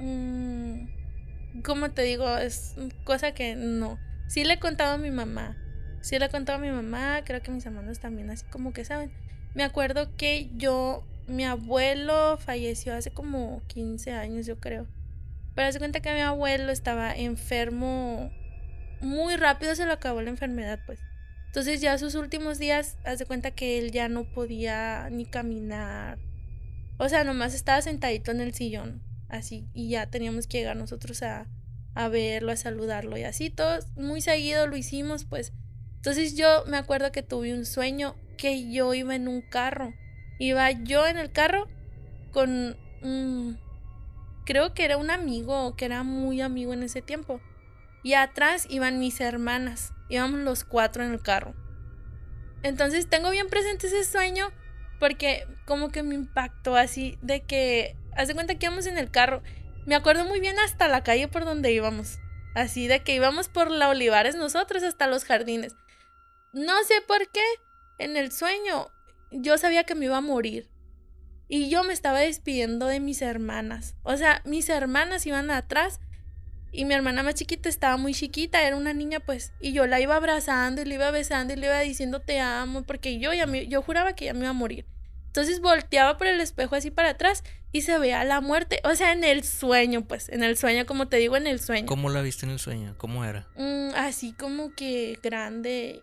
mm, como te digo, es cosa que no. Sí le he contado a mi mamá. Sí le he contado a mi mamá, creo que mis hermanos también así como que saben. Me acuerdo que yo, mi abuelo falleció hace como quince años, yo creo. Pero se cuenta que mi abuelo estaba enfermo, muy rápido se le acabó la enfermedad, pues. Entonces ya sus últimos días, haz de cuenta que él ya no podía ni caminar. O sea, nomás estaba sentadito en el sillón, así, y ya teníamos que llegar nosotros a, a verlo, a saludarlo y así, todos muy seguido lo hicimos, pues. Entonces yo me acuerdo que tuve un sueño que yo iba en un carro. Iba yo en el carro con un... Creo que era un amigo, que era muy amigo en ese tiempo. Y atrás iban mis hermanas. Íbamos los cuatro en el carro. Entonces tengo bien presente ese sueño porque como que me impactó así de que... Haz de cuenta que íbamos en el carro. Me acuerdo muy bien hasta la calle por donde íbamos. Así de que íbamos por la Olivares nosotros hasta los jardines. No sé por qué en el sueño yo sabía que me iba a morir. Y yo me estaba despidiendo de mis hermanas. O sea, mis hermanas iban atrás y mi hermana más chiquita estaba muy chiquita, era una niña pues. Y yo la iba abrazando y le iba besando y le iba diciendo te amo porque yo, ya me, yo juraba que ya me iba a morir. Entonces volteaba por el espejo así para atrás y se veía la muerte. O sea, en el sueño pues, en el sueño, como te digo, en el sueño. ¿Cómo la viste en el sueño? ¿Cómo era? Mm, así como que grande,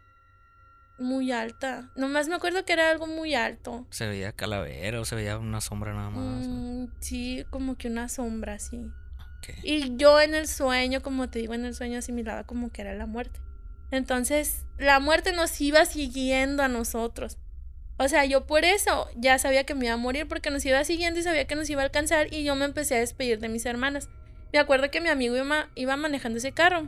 muy alta. Nomás me acuerdo que era algo muy alto. ¿Se veía calavera o se veía una sombra nada más? Mm, sí, como que una sombra así. Okay. Y yo en el sueño, como te digo, en el sueño asimilaba como que era la muerte. Entonces, la muerte nos iba siguiendo a nosotros. O sea, yo por eso ya sabía que me iba a morir porque nos iba siguiendo y sabía que nos iba a alcanzar y yo me empecé a despedir de mis hermanas. Me acuerdo que mi amigo iba, iba manejando ese carro.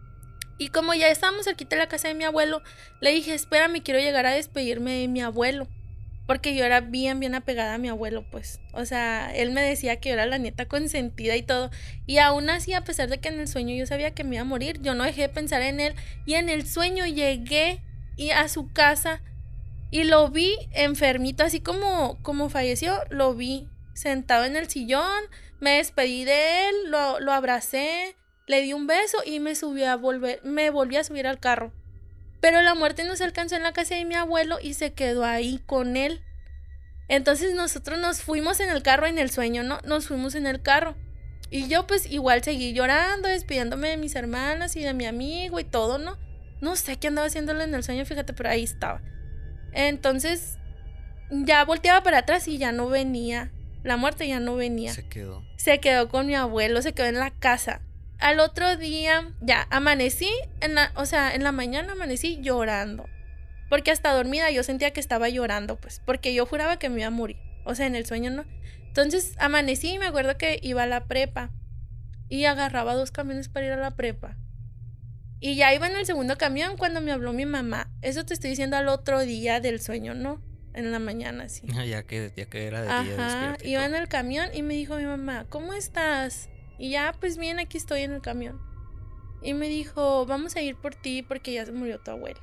Y como ya estábamos cerquita de la casa de mi abuelo, le dije, espérame, quiero llegar a despedirme de mi abuelo. Porque yo era bien, bien apegada a mi abuelo, pues. O sea, él me decía que yo era la nieta consentida y todo. Y aún así, a pesar de que en el sueño yo sabía que me iba a morir, yo no dejé de pensar en él. Y en el sueño llegué y a su casa y lo vi enfermito, así como, como falleció, lo vi sentado en el sillón, me despedí de él, lo, lo abracé, le di un beso y me subí a volver, me volví a subir al carro. Pero la muerte nos alcanzó en la casa de mi abuelo y se quedó ahí con él. Entonces nosotros nos fuimos en el carro en el sueño, ¿no? Nos fuimos en el carro. Y yo pues igual seguí llorando, despidiéndome de mis hermanas y de mi amigo y todo, ¿no? No sé qué andaba haciéndole en el sueño, fíjate, pero ahí estaba. Entonces ya volteaba para atrás y ya no venía. La muerte ya no venía. Se quedó. Se quedó con mi abuelo, se quedó en la casa. Al otro día, ya amanecí, en la, o sea, en la mañana amanecí llorando. Porque hasta dormida yo sentía que estaba llorando, pues. Porque yo juraba que me iba a morir. O sea, en el sueño no. Entonces amanecí y me acuerdo que iba a la prepa. Y agarraba dos camiones para ir a la prepa. Y ya iba en el segundo camión cuando me habló mi mamá. Eso te estoy diciendo al otro día del sueño, ¿no? En la mañana, sí. Ya que, ya que era de día. Ajá, iba en el camión y me dijo mi mamá, ¿cómo estás? Y ya, pues bien, aquí estoy en el camión. Y me dijo, vamos a ir por ti porque ya se murió tu abuelo.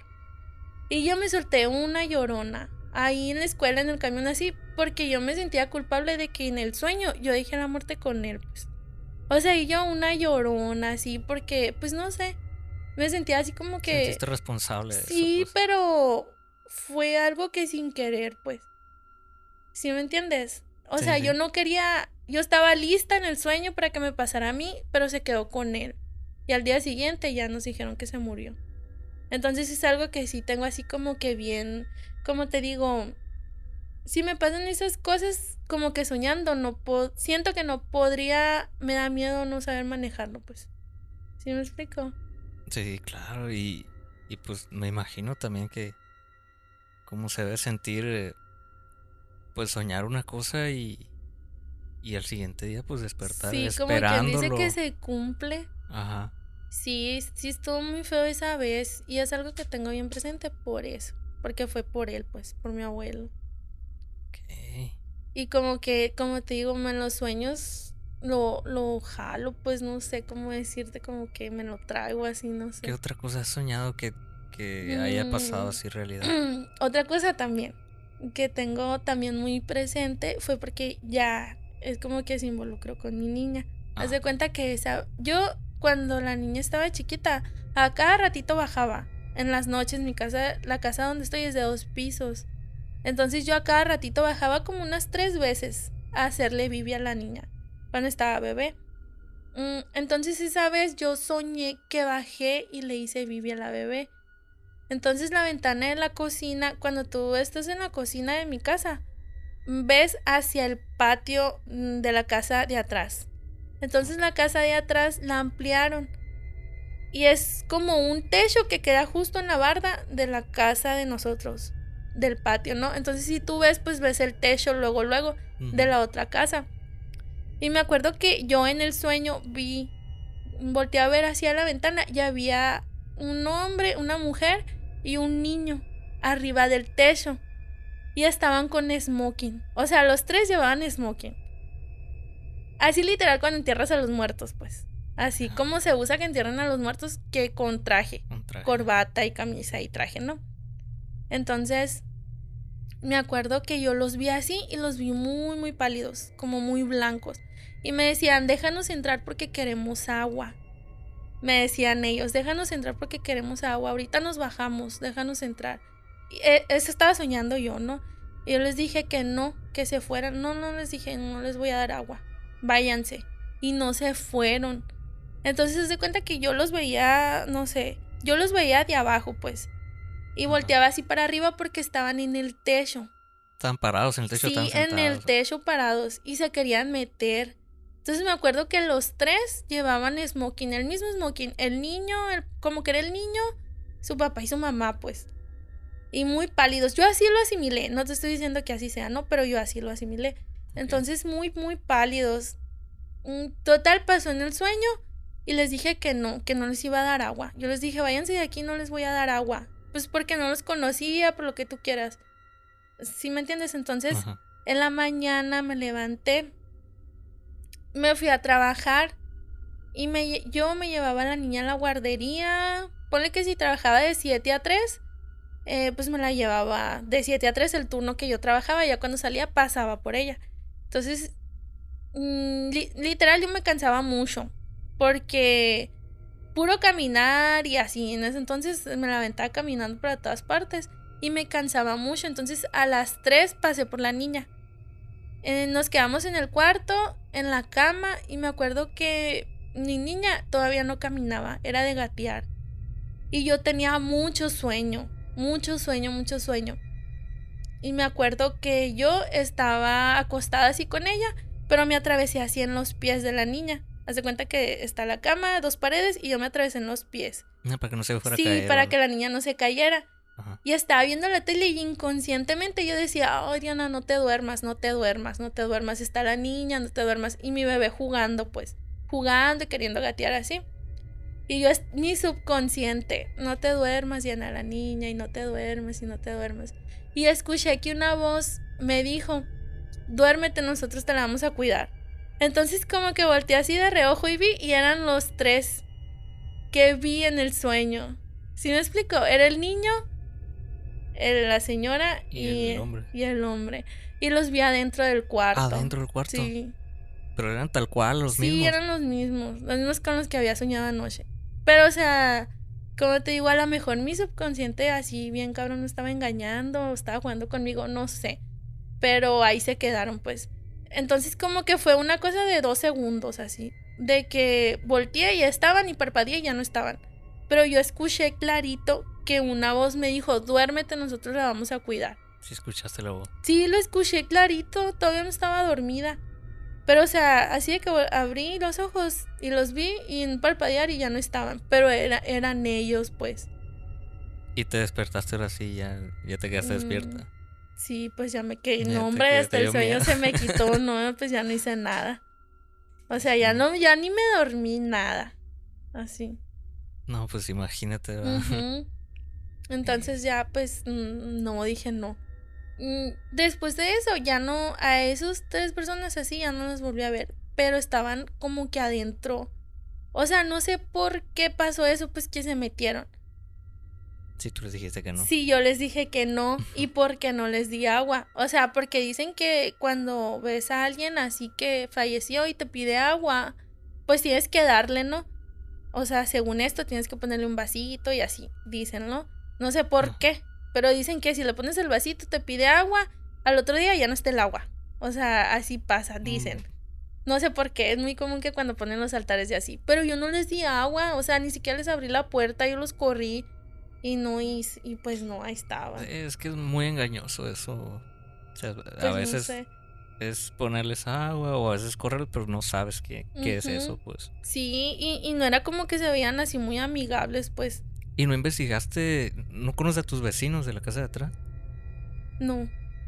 Y yo me solté una llorona ahí en la escuela, en el camión, así, porque yo me sentía culpable de que en el sueño yo dejé la muerte con él, pues. O sea, y yo una llorona, así, porque, pues no sé, me sentía así como que... Sentiste responsable de sí, eso, pues. pero fue algo que sin querer, pues. ¿Sí me entiendes? O Sí, sea, sí. yo no quería... Yo estaba lista en el sueño para que me pasara a mí, pero se quedó con él. Y al día siguiente ya nos dijeron que se murió. Entonces es algo que sí tengo así como que bien... Como te digo... Si me pasan esas cosas como que soñando, no puedo... Siento que no podría... Me da miedo no saber manejarlo, pues. ¿Sí me explico? Sí, claro. Y, y pues me imagino también que... Cómo se debe sentir... eh, pues soñar una cosa y... Y al siguiente día pues despertar Sí, como quien esperándolo. dice que se cumple. Ajá. Sí, sí estuvo muy feo esa vez. Y es algo que tengo bien presente por eso. Porque fue por él, pues, por mi abuelo. Ok. Y como que, como te digo, en los sueños lo, lo jalo, pues no sé cómo decirte, como que me lo traigo así, no sé. ¿Qué otra cosa has soñado que, que haya pasado Mm. así realidad? Otra cosa también que tengo también muy presente fue porque ya es como que se involucró con mi niña. Haz de Ah. cuenta que esa, yo cuando la niña estaba chiquita, a cada ratito bajaba. En las noches, mi casa, la casa donde estoy es de dos pisos. Entonces yo a cada ratito bajaba como unas tres veces a hacerle bibi a la niña cuando estaba bebé. Mm, Entonces esa vez yo soñé que bajé y le hice bibi a la bebé. Entonces la ventana de la cocina, cuando tú estás en la cocina de mi casa, ves hacia el patio mm, de la casa de atrás. Entonces la casa de atrás la ampliaron. Y es como un techo que queda justo en la barda de la casa de nosotros, del patio, ¿no? Entonces si tú ves, pues ves el techo luego, luego Ujú. de la otra casa. Y me acuerdo que yo en el sueño vi, volteé a ver hacia la ventana y había un hombre, una mujer y un niño arriba del techo. Y estaban con smoking. O sea, los tres llevaban smoking. Así literal cuando entierras a los muertos, pues. Así Ajá. como se usa que entierran a los muertos, que con traje, Un traje. corbata y camisa y traje, ¿no? Entonces, me acuerdo que yo los vi así y los vi muy, muy pálidos, como muy blancos. Y me decían, déjanos entrar porque queremos agua. Me decían ellos, déjanos entrar porque queremos agua. Ahorita nos bajamos, déjanos entrar. Y eh, eso estaba soñando yo, ¿no? Y yo les dije que no, que se fueran. No, no les dije, no les voy a dar agua. Váyanse. Y no se fueron. Entonces se cuenta que yo los veía, no sé, yo los veía de abajo, pues. Y volteaba así para arriba porque estaban en el techo. Estaban parados en el techo, Sí, estaban sentados. en el techo parados y se querían meter. Entonces me acuerdo que los tres llevaban smoking, el mismo smoking. El niño, el, como que era el niño, su papá y su mamá, pues. Y muy pálidos. Yo así lo asimilé. No te estoy diciendo que así sea, ¿no? Pero yo así lo asimilé. Entonces muy, muy pálidos. Total, pasó en el sueño y les dije que no, que no les iba a dar agua. Yo les dije, váyanse de aquí, no les voy a dar agua. Pues porque no los conocía, por lo que tú quieras. ¿Sí me entiendes? Entonces, Ajá. en la mañana me levanté, me fui a trabajar y me, yo me llevaba a la niña a la guardería. Ponle que si trabajaba de siete a tres, eh, pues me la llevaba de siete a tres el turno que yo trabajaba, ya cuando salía pasaba por ella. Entonces, mmm, li- literal yo me cansaba mucho, porque puro caminar y así, en ese entonces me la aventaba caminando para todas partes y me cansaba mucho. Entonces a las tres pasé por la niña. Eh, nos quedamos en el cuarto, en la cama, y me acuerdo que mi niña todavía no caminaba, era de gatear. Y yo tenía mucho sueño, mucho sueño, mucho sueño. Y me acuerdo que yo estaba acostada así con ella, pero me atravesé así en los pies de la niña. Haz de cuenta que está la cama, dos paredes, y yo me atravesé en los pies. Ah, para que no se fuera Sí, a caer. para o- que la niña no se cayera. Ajá. Y estaba viendo la tele y inconscientemente yo decía, ay, Diana, no te duermas, no te duermas, no te duermas, está la niña, no te duermas. Y mi bebé jugando, pues, jugando y queriendo gatear así. Y yo, es mi subconsciente, no te duermas, Diana, la niña, y no te duermes, y no te duermes. Y escuché que una voz me dijo, duérmete, nosotros te la vamos a cuidar. Entonces como que volteé así de reojo y vi, y eran los tres que vi en el sueño. ¿Sí me explico? Era el niño, el- la señora Y y, el hombre. y el hombre. Y los vi adentro del cuarto. ¿Adentro del cuarto? Sí. Pero eran tal cual los Sí, mismos. eran los mismos. Los mismos con los que había soñado anoche. Pero, o sea, como te digo, a lo mejor mi subconsciente así bien cabrón me estaba engañando, o estaba jugando conmigo, no sé. Pero ahí se quedaron, pues. Entonces como que fue una cosa de dos segundos así. De que volteé y estaban, y parpadeé y ya no estaban. Pero yo escuché clarito que una voz me dijo, duérmete, nosotros la vamos a cuidar. Si escuchaste la voz. Sí, lo escuché clarito, todavía no estaba dormida. Pero, o sea, así de que abrí los ojos y los vi y en parpadear y ya no estaban. Pero era, eran ellos, pues. Y te despertaste ahora sí, ya, ya te quedaste Mm, despierta. Sí, pues ya me quedé. Ya No, te hombre, quedé- hasta te el dio sueño miedo. se me quitó, no, pues ya no hice nada. O sea, ya Sí. no, ya ni me dormí nada. Así. No, pues imagínate, ¿verdad? Ujú. Entonces ya, pues, mm, no, dije no. Mm, Después de eso, ya no, a esos tres personas así ya no las volví a ver. Pero estaban como que adentro. O sea, no sé por qué pasó eso, pues que se metieron. Si tú les dijiste que no. Sí, yo les dije que no, y porque no les di agua. O sea, porque dicen que cuando ves a alguien así que falleció y te pide agua, pues tienes que darle, ¿no? O sea, según esto tienes que ponerle un vasito y así, dicen, ¿no? No sé por Ajá. qué, pero dicen que si le pones el vasito te pide agua, al otro día ya no está el agua. O sea, así pasa, dicen. Mm. No sé por qué, es muy común que cuando ponen los altares y así. Pero yo no les di agua, o sea, ni siquiera les abrí la puerta, yo los corrí. Y no, y, y pues no, ahí estaban. Es que es muy engañoso eso. O sea, a Pues no veces sé. es ponerles agua o a veces correr, pero no sabes qué, qué es Ujú. eso, pues. Sí, y, y no era como que se veían así muy amigables, pues. ¿Y no investigaste? ¿No conoces a tus vecinos de la casa de atrás? No.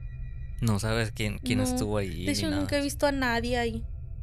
No sabes quién, quién no. estuvo ahí. De hecho, ni nada. nunca he visto a nadie ahí.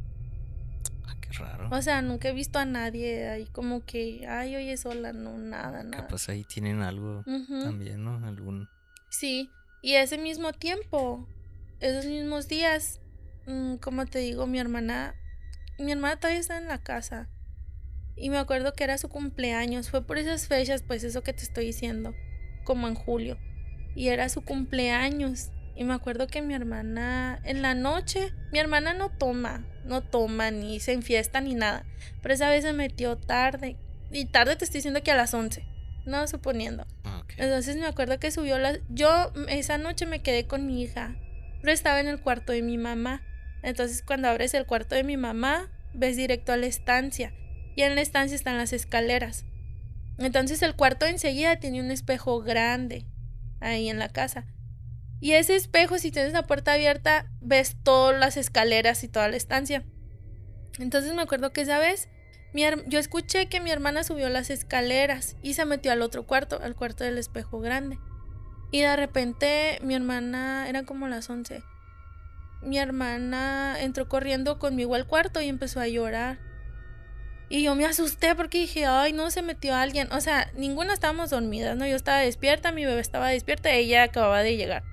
Ah, qué raro. O sea, nunca he visto a nadie ahí como que, ay, oye, sola, no, nada, nada. Capaz ahí tienen algo Ujú. también, ¿no? Algún. Sí, y ese mismo tiempo, esos mismos días, mm, como te digo, mi hermana, mi hermana todavía está en la casa. Y me acuerdo que era su cumpleaños, fue por esas fechas, pues eso que te estoy diciendo, como en julio. Y era su cumpleaños. Y me acuerdo que mi hermana, en la noche, mi hermana no toma, no toma, ni se enfiesta, ni nada. Pero esa vez se metió tarde. Y tarde te estoy diciendo que a las once, no suponiendo. Ah, ok. Entonces me acuerdo que subió la... Yo esa noche me quedé con mi hija, pero estaba en el cuarto de mi mamá. Entonces cuando abres el cuarto de mi mamá, ves directo a la estancia. Y en la estancia están las escaleras. Entonces el cuarto enseguida tenía un espejo grande ahí en la casa. Y ese espejo, si tienes la puerta abierta, ves todas las escaleras y toda la estancia. Entonces me acuerdo que esa vez mi her- yo escuché que mi hermana subió las escaleras y se metió al otro cuarto, al cuarto del espejo grande. Y de repente mi hermana, eran como las once, mi hermana entró corriendo conmigo al cuarto y empezó a llorar. Y yo me asusté porque dije, ay, no, se metió alguien. O sea, ninguna estábamos dormidas, ¿no? Yo estaba despierta, mi bebé estaba despierta, ella acababa de llegar.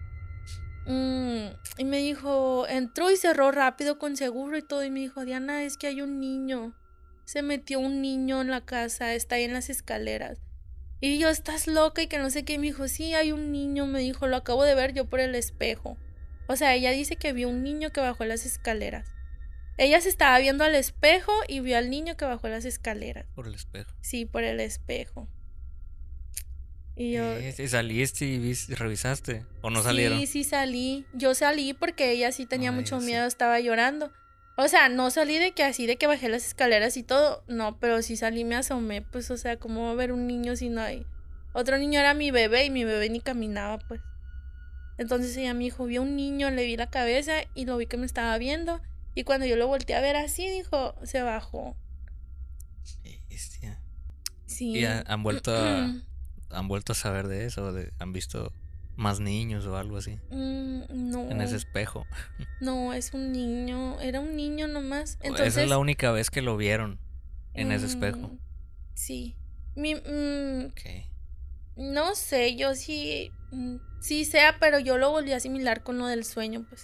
Mm, y me dijo, entró y cerró rápido con seguro y todo. Y me dijo, Diana, es que hay un niño. Se metió un niño en la casa, está ahí en las escaleras. Y yo, ¿estás loca? Y que no sé qué. Y me dijo, sí, hay un niño. Me dijo, lo acabo de ver yo por el espejo. O sea, ella dice que vio un niño que bajó las escaleras. Ella se estaba viendo al espejo y vio al niño que bajó las escaleras. Por el espejo. Sí, por el espejo. Y yo... Eh, ¿y saliste y vis- revisaste? ¿O no salieron? Sí, sí salí. Yo salí porque ella sí tenía Ay, mucho sí. miedo, estaba llorando. O sea, no salí de que así, de que bajé las escaleras y todo. No, pero sí salí, me asomé. Pues, o sea, ¿cómo va a ver un niño si no hay? Otro niño era mi bebé y mi bebé ni caminaba, pues. Entonces ella me dijo, vi a un niño, le vi la cabeza y lo vi que me estaba viendo. Y cuando yo lo volteé a ver así, dijo, se bajó. Bestia. Sí. ¿Y ha- han vuelto a, han vuelto a saber de eso? De- ¿Han visto más niños o algo así? Mm, no. En ese espejo. No, es un niño. Era un niño nomás. Entonces, Esa es la única vez que lo vieron en ese espejo. mm, sí. Mi, mm, Ok. no sé, yo sí. mm, Sí sea, pero yo lo volví a asimilar con lo del sueño, pues.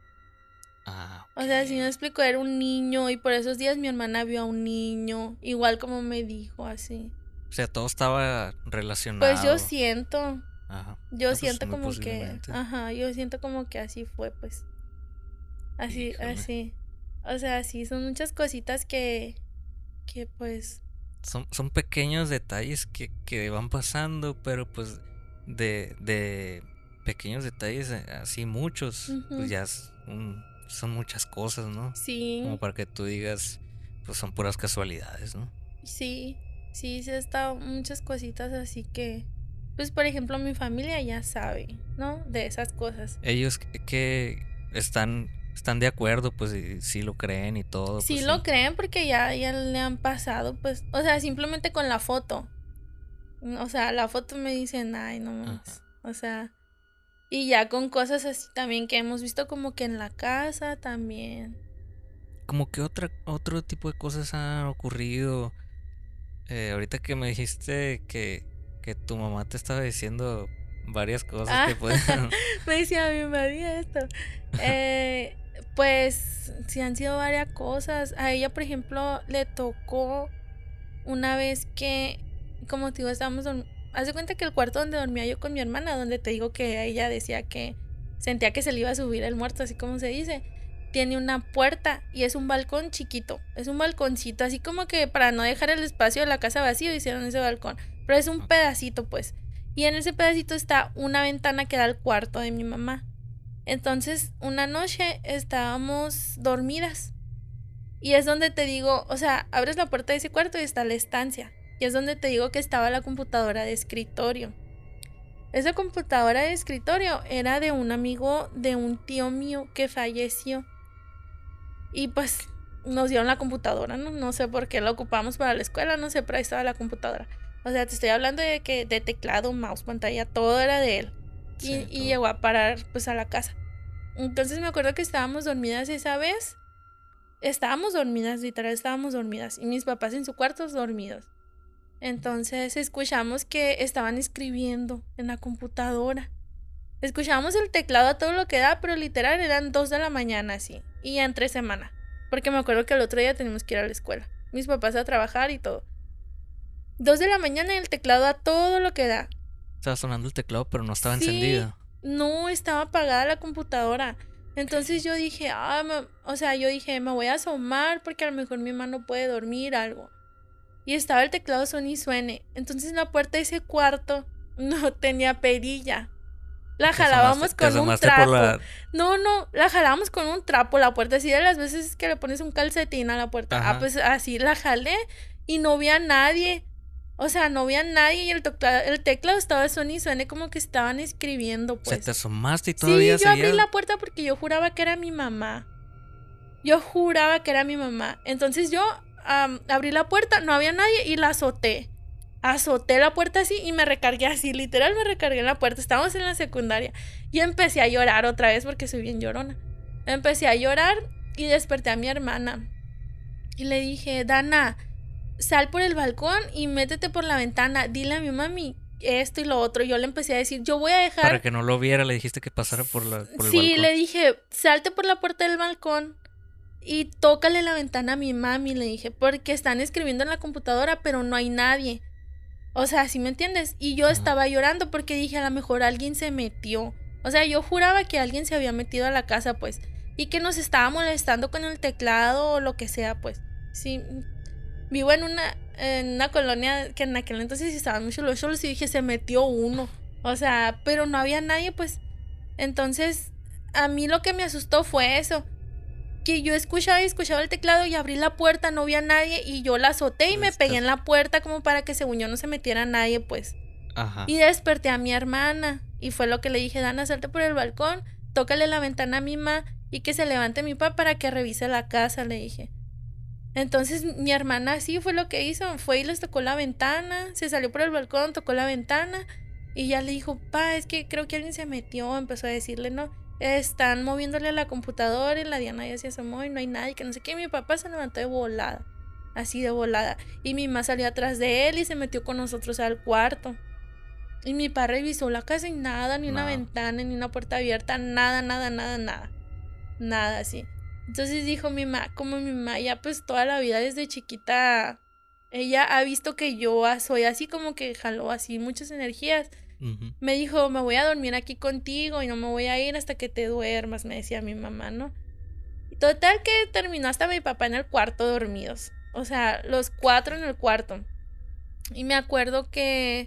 Ah, O sea, ok. si me explico, era un niño y por esos días mi hermana vio a un niño, igual como me dijo, así. O sea, todo estaba relacionado. Pues yo siento, Ajá. yo No, pues, siento muy como que, posiblemente. ajá, yo siento como que así fue, pues. Así, Híjole. así. O sea, sí, son muchas cositas que, que pues, Son, son pequeños detalles que, que van pasando, pero pues de, de pequeños detalles eh, así muchos, Ujú. pues ya es un- son muchas cosas, ¿no? sí, Como para que tú digas, pues son puras casualidades, ¿no? sí, sí, sí, ha estado muchas cositas así que, pues, por ejemplo, mi familia ya sabe, ¿no? De esas cosas. Ellos que, que están, están de acuerdo, pues y sí lo creen y todo. Sí pues, lo creen porque ya, ya le han pasado, pues, o sea, simplemente con la foto. O sea, la foto me dicen, ay, no mames. Ajá. O sea, y ya con cosas así también que hemos visto como que en la casa también. Como que otra, otro tipo de cosas han ocurrido. Eh, ahorita que me dijiste que, que tu mamá te estaba diciendo varias cosas Ah, que pueden... me decía mi madre esto. Eh, pues sí han sido varias cosas. A ella, por ejemplo, le tocó una vez que, como te digo, estábamos dorm- haz de cuenta que el cuarto donde dormía yo con mi hermana, donde te digo que ella decía que sentía que se le iba a subir el muerto, así como se dice, tiene una puerta y es un balcón chiquito, es un balconcito, así como que para no dejar el espacio de la casa vacío hicieron ese balcón, pero es un pedacito pues, y en ese pedacito está una ventana que da al cuarto de mi mamá. Entonces una noche estábamos dormidas y es donde te digo, o sea, abres la puerta de ese cuarto y está la estancia. Y es donde te digo que estaba la computadora de escritorio. Esa computadora de escritorio era de un amigo de un tío mío que falleció. Y pues nos dieron la computadora, ¿no? No sé por qué la ocupamos para la escuela, no sé, pero ahí estaba la computadora. O sea, te estoy hablando de que de teclado, mouse, pantalla, todo era de él. Y, Sí, y todo. llegó a parar pues a la casa. Entonces me acuerdo que estábamos dormidas esa vez. Estábamos dormidas, literal, estábamos dormidas. Y mis papás en su cuarto dormidos. Entonces escuchamos que estaban escribiendo en la computadora. Escuchábamos el teclado a todo lo que da, pero literal eran dos de la mañana así. Y ya entre semana. Porque me acuerdo que el otro día teníamos que ir a la escuela. Mis papás a trabajar y todo. Dos de la mañana y el teclado a todo lo que da. Estaba sonando el teclado, pero no estaba Sí, encendido. No, estaba apagada la computadora. Entonces yo dije, ah, me- o sea, yo dije, me voy a asomar porque a lo mejor mi mamá no puede dormir, algo. Y estaba el teclado suene y suene. Entonces la puerta de ese cuarto no tenía perilla. La Te jalábamos asomaste- te con un asomaste trapo. por la- No, no, la jalábamos con un trapo la puerta. Así de las veces que le pones un calcetín a la puerta. Ajá. Ah, pues así la jalé y no vi a nadie. O sea, no vi a nadie y el, teclado, el teclado estaba suene y suene como que estaban escribiendo, O sea, pues. te asomaste y Sí, todavía yo abrí seguías- la puerta porque yo juraba que era mi mamá. Yo juraba que era mi mamá. Entonces yo am, abrí la puerta, no había nadie y la azoté. Azoté la puerta así y me recargué así, literal me recargué en la puerta. Estábamos en la secundaria y empecé a llorar otra vez porque soy bien llorona. Empecé a llorar y desperté a mi hermana. Y le dije, Dana, sal por el balcón y métete por la ventana. Dile a mi mami esto y lo otro. Yo le empecé a decir, yo voy a dejar... Para que no lo viera, le dijiste que pasara por, la, por el Sí, balcón. le dije, salte por la puerta del balcón y tócale la ventana a mi mami, le dije, porque están escribiendo en la computadora, pero no hay nadie. O sea, ¿sí me entiendes? Y yo Ajá. estaba llorando porque dije, a lo mejor alguien se metió. O sea, yo juraba que alguien se había metido a la casa, pues. Y que nos estaba molestando con el teclado o lo que sea, pues. Sí, vivo en una, en una colonia que en aquel entonces estaban mucho los cholos y dije, se metió uno. O sea, pero no había nadie, pues. Entonces, a mí lo que me asustó fue eso. Que yo escuchaba y escuchaba el teclado y abrí la puerta, no había nadie y yo la azoté y me Estás- pegué en la puerta como para que según yo no se metiera nadie, pues. Ajá. Y desperté a mi hermana y fue lo que le dije, Dana, salte por el balcón, tócale la ventana a mi mamá y que se levante mi papá para que revise la casa, le dije. Entonces mi hermana sí fue lo que hizo, fue y les tocó la ventana, se salió por el balcón, tocó la ventana y ya le dijo, pa, es que creo que alguien se metió, empezó a decirle, no, están moviéndole a la computadora y la Diana ya se asomó y no hay nadie, que no sé qué, y mi papá se levantó de volada, así de volada, y mi mamá salió atrás de él y se metió con nosotros al cuarto. Y mi papá revisó la casa y nada, ni una No. ventana, ni una puerta abierta, nada, nada, nada, nada. Nada, así. Entonces dijo mi mamá, como mi mamá ya pues toda la vida desde chiquita, ella ha visto que yo soy así como que jaló así muchas energías. Ujú. Me dijo, me voy a dormir aquí contigo y no me voy a ir hasta que te duermas, me decía mi mamá, ¿no? Y total que terminó hasta mi papá en el cuarto dormidos. O sea, los cuatro en el cuarto. Y me acuerdo que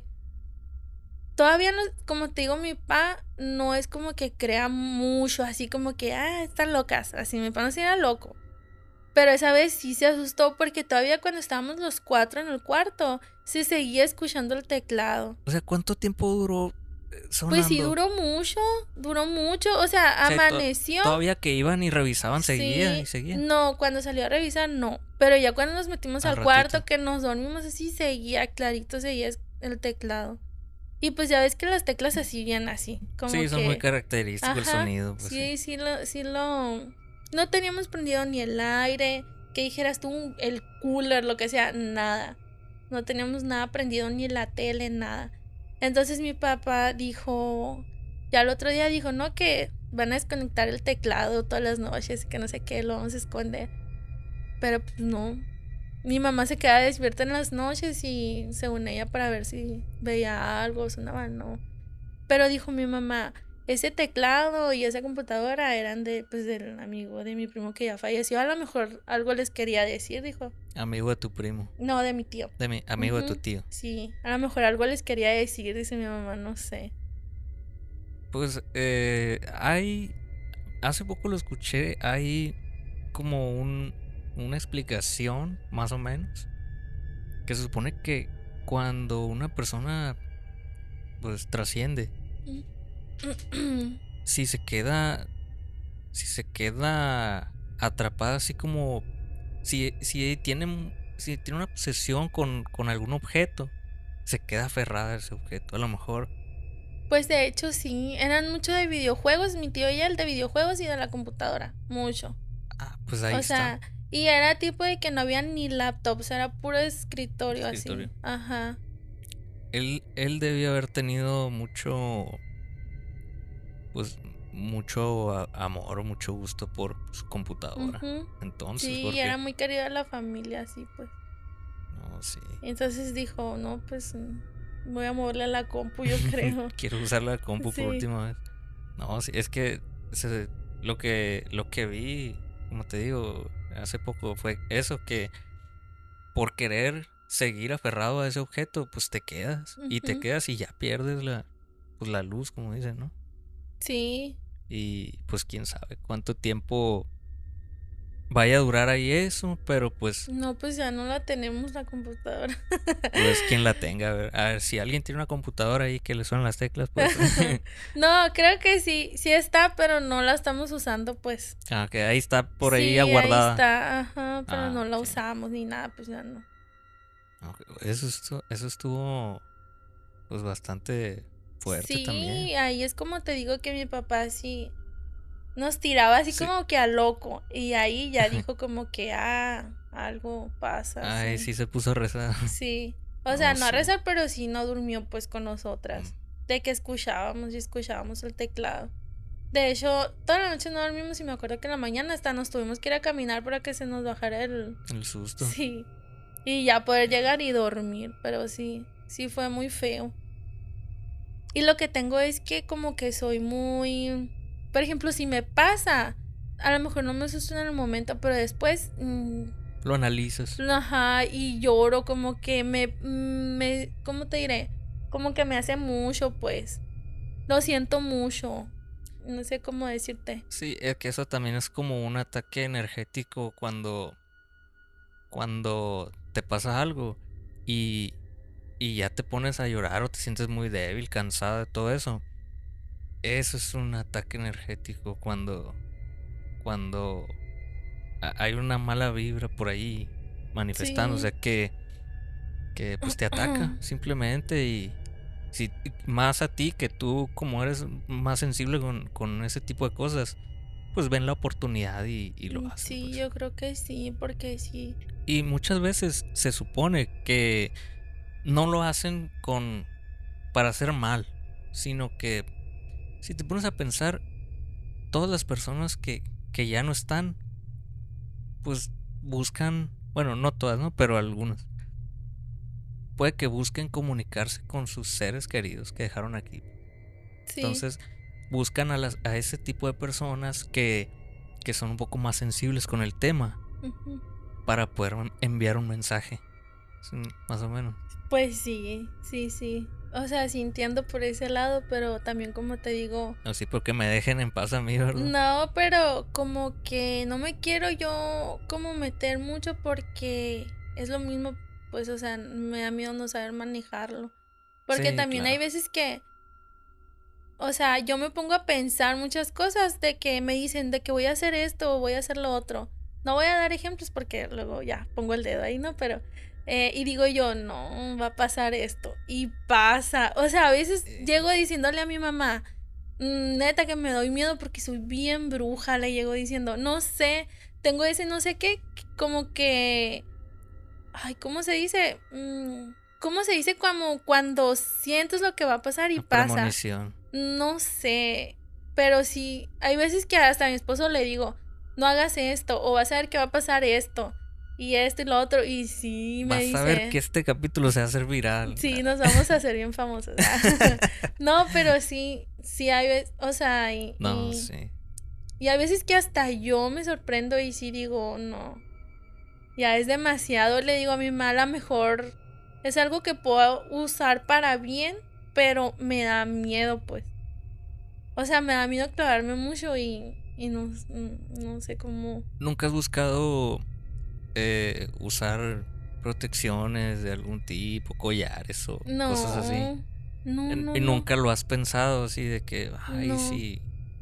todavía no, como te digo, mi papá no es como que crea mucho, así como que, ah, están locas, así mi papá no se era loco. Pero esa vez sí se asustó porque todavía cuando estábamos los cuatro en el cuarto, se seguía escuchando el teclado. O sea, ¿cuánto tiempo duró eh, sonando? Pues sí, duró mucho, duró mucho, o sea, O sea, to- amaneció. Todavía que iban y revisaban, seguía Sí, y seguía. no, cuando salió a revisar, no. Pero ya cuando nos metimos Al al cuarto, ratito. que nos dormimos así, seguía clarito, seguía es- el teclado. Y pues ya ves que las teclas así bien así. Como Sí, son que, muy característico el ajá, sonido. Pues, sí, sí. sí lo, sí lo. No teníamos prendido ni el aire, que dijeras tú, el cooler, lo que sea, nada. No teníamos nada prendido, ni la tele, nada. Entonces mi papá dijo, ya el otro día dijo, no, que van a desconectar el teclado todas las noches, que no sé qué, lo vamos a esconder. Pero pues no. Mi mamá se quedaba despierta en las noches y según ella para ver si veía algo, sonaba, no. Pero dijo mi mamá, ese teclado y esa computadora eran de, pues, del amigo de mi primo que ya falleció. A lo mejor algo les quería decir, dijo. Amigo de tu primo. No, de mi tío. De mi amigo de tu Ujú. tío. Sí, a lo mejor algo les quería decir, dice mi mamá, no sé. Pues eh, hay. Hace poco lo escuché. Hay como un, una explicación, más o menos. Que se supone que cuando una persona pues trasciende, si se queda. Si se queda atrapada así como. Si, si tiene. Si tiene una obsesión con, con algún objeto, se queda aferrada a ese objeto. A lo mejor. Pues de hecho sí, eran mucho de videojuegos, mi tío y él de videojuegos y de la computadora, mucho. Ah, pues ahí O está. sea, y era tipo de que no había ni laptops, era puro escritorio, Escritorio. así. Ajá. Él, él debió haber tenido mucho. Pues mucho a- amor o mucho gusto por su computadora. Ujú. Entonces, Sí, porque. era muy querido a la familia, así pues. No, sí. Entonces dijo, no, pues mm, voy a moverle a la compu, yo creo. Quiero usar la compu Sí. por última vez. No, sí, es que se- lo que lo que vi, como te digo, hace poco fue eso, que por querer seguir aferrado a ese objeto, pues te quedas. Y te Ujú. quedas y ya pierdes la, pues la luz, como dicen, ¿no? Sí, Y pues quién sabe cuánto tiempo vaya a durar ahí eso, pero pues, no, pues ya no la tenemos la computadora. pues quien la tenga. A ver, a ver, si alguien tiene una computadora ahí que le suenan las teclas, pues. No, creo que sí, sí está, pero no la estamos usando, pues. Ah, que ahí está por ahí Sí, aguardada. ahí está, ajá, pero Ah, no la ok. usamos ni nada, pues ya no. Ok, Eso estuvo, eso estuvo pues bastante fuerte Sí, también. ahí es como te digo que mi papá sí nos tiraba así Sí. como que a loco. Y ahí ya dijo como que, ah, algo pasa. Ay, así. sí se puso a rezar. Sí. O sea, No, no a sí. rezar, pero sí no durmió pues con nosotras. Mm. De que escuchábamos y escuchábamos el teclado. De hecho, toda la noche no dormimos y me acuerdo que en la mañana hasta nos tuvimos que ir a caminar para que se nos bajara el... El susto. Sí. Y ya poder llegar y dormir, pero sí. sí fue muy feo. Y lo que tengo es que como que soy muy... Por ejemplo, si me pasa, a lo mejor no me asusto en el momento, pero después... Mmm, lo analizas. Ajá, y lloro, como que me, me... ¿Cómo te diré? Como que me hace mucho, pues. Lo siento mucho. No sé cómo decirte. Sí, es que eso también es como un ataque energético cuando... Cuando te pasa algo y... Y ya te pones a llorar o te sientes muy débil, cansada de todo eso. Eso es un ataque energético cuando... Cuando... Hay una mala vibra por ahí manifestando, sí. O sea que... Que pues te ataca simplemente y... Si, más a ti que tú como eres más sensible con, con ese tipo de cosas, pues ven la oportunidad y, y lo hacen. Sí, pues. yo creo que sí, porque sí. Y muchas veces se supone que no lo hacen con para hacer mal, sino que si te pones a pensar, todas las personas que, que ya no están, pues buscan, bueno, no todas, ¿no? Pero algunas. Puede que busquen comunicarse con sus seres queridos que dejaron aquí. Sí. Entonces buscan a, las, a ese tipo de personas que, que son un poco más sensibles con el tema, uh-huh, para poder enviar un mensaje, más o menos. Pues sí, sí, sí. O sea, sí entiendo por ese lado, pero también como te digo... No, sí, porque me dejen en paz a mí, ¿verdad? No, pero como que no me quiero yo como meter mucho porque es lo mismo, pues, o sea, me da miedo no saber manejarlo. Porque sí, también claro, hay veces que... O sea, yo me pongo a pensar muchas cosas de que me dicen de que voy a hacer esto o voy a hacer lo otro. No voy a dar ejemplos porque luego ya pongo el dedo ahí, ¿no? Pero... Eh, y digo yo, no, va a pasar esto. Y pasa. O sea, a veces llego diciéndole a mi mamá, neta que me doy miedo porque soy bien bruja. Le llego diciendo, no sé, tengo ese no sé qué, como que... Ay, ¿cómo se dice? ¿Cómo se dice como cuando sientes lo que va a pasar y pasa? Premonición. No sé, pero sí, hay veces que hasta a mi esposo le digo, no hagas esto, o vas a ver que va a pasar esto. Y esto y lo otro, y sí me Vas dice... Vas a ver que este capítulo se va a hacer viral. Sí, nos vamos a hacer bien famosos. No, pero sí, sí hay veces, o sea, y... No, y, sí. Y hay veces que hasta yo me sorprendo y sí digo, no, ya es demasiado. Le digo a mi mamá, a lo mejor es algo que puedo usar para bien, pero me da miedo, pues. O sea, me da miedo clavarme mucho y, y no, no sé cómo... ¿Nunca has buscado... Eh, usar protecciones de algún tipo, collares o no, cosas así? No, en, no, y no. nunca lo has pensado así de que, ay, no. sí.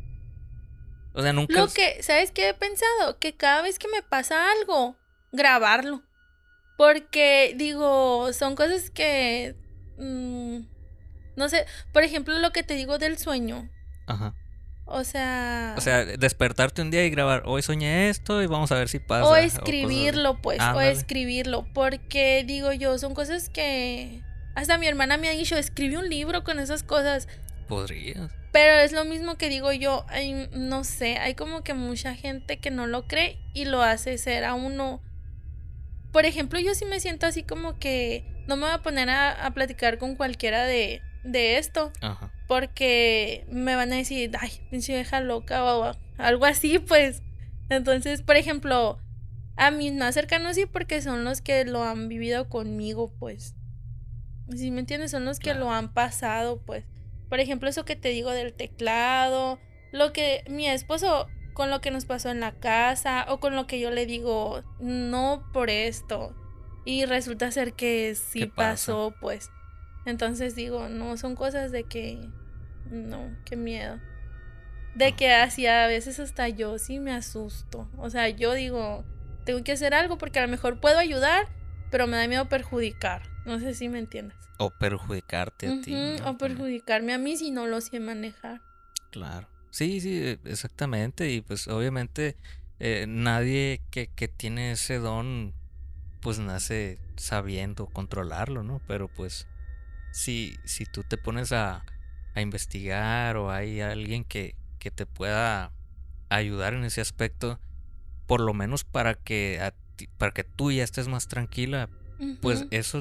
O sea, nunca. Lo que, ¿sabes qué he pensado? Que cada vez que me pasa algo, grabarlo. Porque, digo, son cosas que. Mmm, no sé, por ejemplo, lo que te digo del sueño. Ajá. O sea... O sea, despertarte un día y grabar, hoy soñé esto y vamos a ver si pasa. O escribirlo, o pues, Ándale. o escribirlo, porque digo yo, son cosas que... Hasta mi hermana me ha dicho, escribe un libro con esas cosas. Podrías. Pero es lo mismo que digo yo, hay, no sé, hay como que mucha gente que no lo cree y lo hace ser a uno... Por ejemplo, yo sí me siento así como que no me voy a poner a, a platicar con cualquiera de, de esto. Ajá. Porque me van a decir, ay, pinche vieja loca o algo así, pues. Entonces, por ejemplo, a mis más cercanos sí, porque son los que lo han vivido conmigo, pues. ¿Sí me entiendes? Son los claro. que lo han pasado, pues. Por ejemplo, eso que te digo del teclado, lo que mi esposo, con lo que nos pasó en la casa, o con lo que yo le digo, no por esto. Y resulta ser que sí pasó, pues. Entonces digo, no, son cosas de que, no, qué miedo. De que así a veces hasta yo sí me asusto. O sea, yo digo, tengo que hacer algo porque a lo mejor puedo ayudar, pero me da miedo perjudicar. No sé si me entiendes. O perjudicarte a uh-huh, ti. ¿no? O perjudicarme a mí si no lo sé manejar. Claro. Sí, sí, exactamente. Y pues obviamente eh, nadie que, que tiene ese don, pues nace sabiendo controlarlo, ¿no? Pero pues... Si, si tú te pones a, a investigar o hay alguien que, que te pueda ayudar en ese aspecto, por lo menos para que, a ti, para que tú ya estés más tranquila, uh-huh. pues eso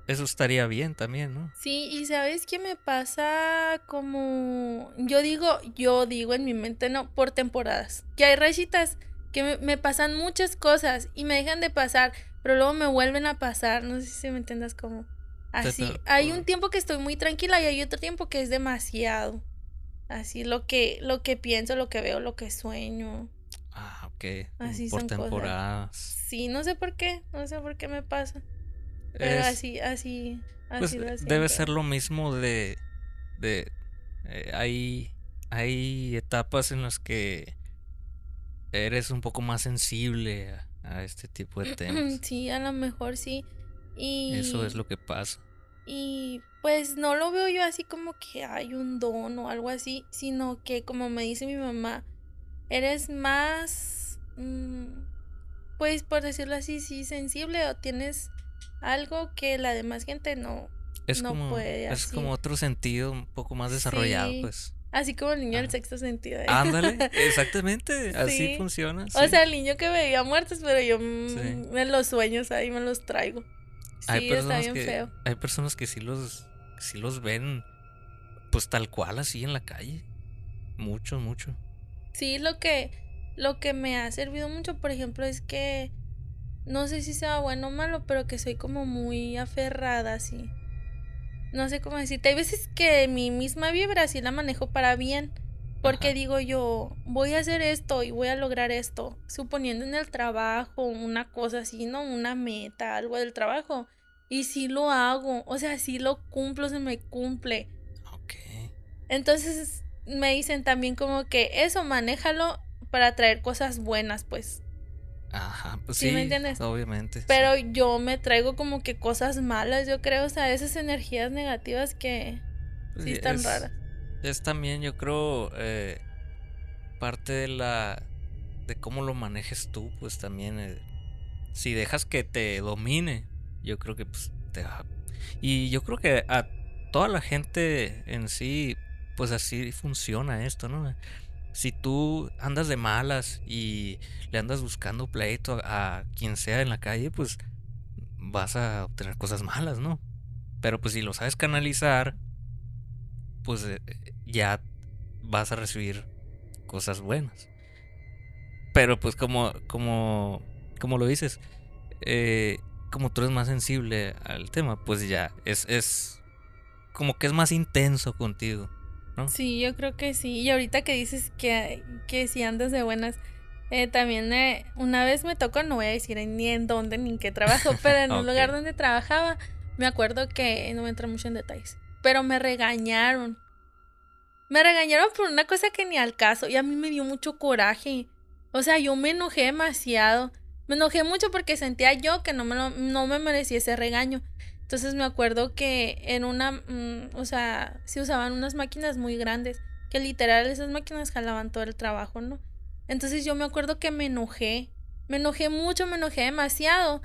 eso estaría bien también, ¿no? Sí, y ¿sabes qué me pasa? Como yo digo, yo digo en mi mente, no, por temporadas. Que hay rachitas que me, me pasan muchas cosas y me dejan de pasar, pero luego me vuelven a pasar. No sé si me entiendas como así. Te- te- Hay un tiempo que estoy muy tranquila y hay otro tiempo que es demasiado. Así lo que, lo que pienso, lo que veo, lo que sueño. Ah, ok. Así Por son cosas. temporadas. Sí, no sé por qué, no sé por qué me pasa. Pero Es- así, así, Pues así lo debe siento. ser lo mismo de... de eh, hay, hay etapas en las que eres un poco más sensible a, a este tipo de temas. Sí, a lo mejor sí. Eso es Y, lo que pasa. y pues no lo veo yo así como que hay un don o algo así, sino que como me dice mi mamá, eres más, mm, pues por decirlo así, sí, sensible o tienes algo que la demás gente no, Es no como, puede es así. como otro sentido un poco más desarrollado, Sí, pues. así como el niño del Ajá. sexto sentido. ¿eh? Ándale, exactamente, así Sí. funciona, O sí. sea, el niño que veía muertos, pero yo mm, Sí. en los sueños ahí me los traigo. Hay Sí, está personas bien que, feo. hay personas que sí los, sí los ven, pues tal cual así en la calle. Mucho, mucho. Sí, lo que, lo que me ha servido mucho, por ejemplo, es que no sé si sea bueno o malo, pero que soy como muy aferrada, así. No sé cómo decirte. Hay veces que mi misma vibra sí la manejo para bien. Porque Ajá. digo yo, voy a hacer esto y voy a lograr esto. Suponiendo en el trabajo, una cosa así, ¿no? Una meta, algo del trabajo. Y sí lo hago. O sea, sí lo cumplo, se me cumple. Ok. Entonces me dicen también como que eso, manéjalo para traer cosas buenas, pues. Ajá, pues ¿Sí me sí, entiendes? obviamente. Pero Sí. yo me traigo como que cosas malas, yo creo, o sea, esas energías negativas que Pues sí sí, están es, raras. es también, yo creo, eh, parte de la, de cómo lo manejes tú, pues también, eh, si dejas que te domine, yo creo que pues te va. Y yo creo que a toda la gente en sí, pues así funciona esto, ¿no? Si tú andas de malas y le andas buscando pleito a, a quien sea en la calle, pues vas a obtener cosas malas, ¿no? Pero pues si lo sabes canalizar, pues eh, ya vas a recibir cosas buenas. Pero pues como, como, como lo dices, eh, como tú eres más sensible al tema, pues ya es, es como que es más intenso contigo, ¿no? Sí, yo creo que sí. Y ahorita que dices que, que si andas de buenas, eh, también eh, una vez me tocó, no voy a decir en- ni en dónde ni en qué trabajo, pero en un Ok. lugar donde trabajaba, me acuerdo que no voy a entrar mucho en detalles, pero me regañaron. Me regañaron por una cosa que ni al caso y a mí me dio mucho coraje. O sea, yo me enojé demasiado. Me enojé mucho porque sentía yo que no me, lo- no me merecía ese regaño. Entonces me acuerdo que en una, mm, o sea, se usaban unas máquinas muy grandes, que literal esas máquinas jalaban todo el trabajo, ¿no? Entonces yo me acuerdo que me enojé. Me enojé mucho, me enojé demasiado.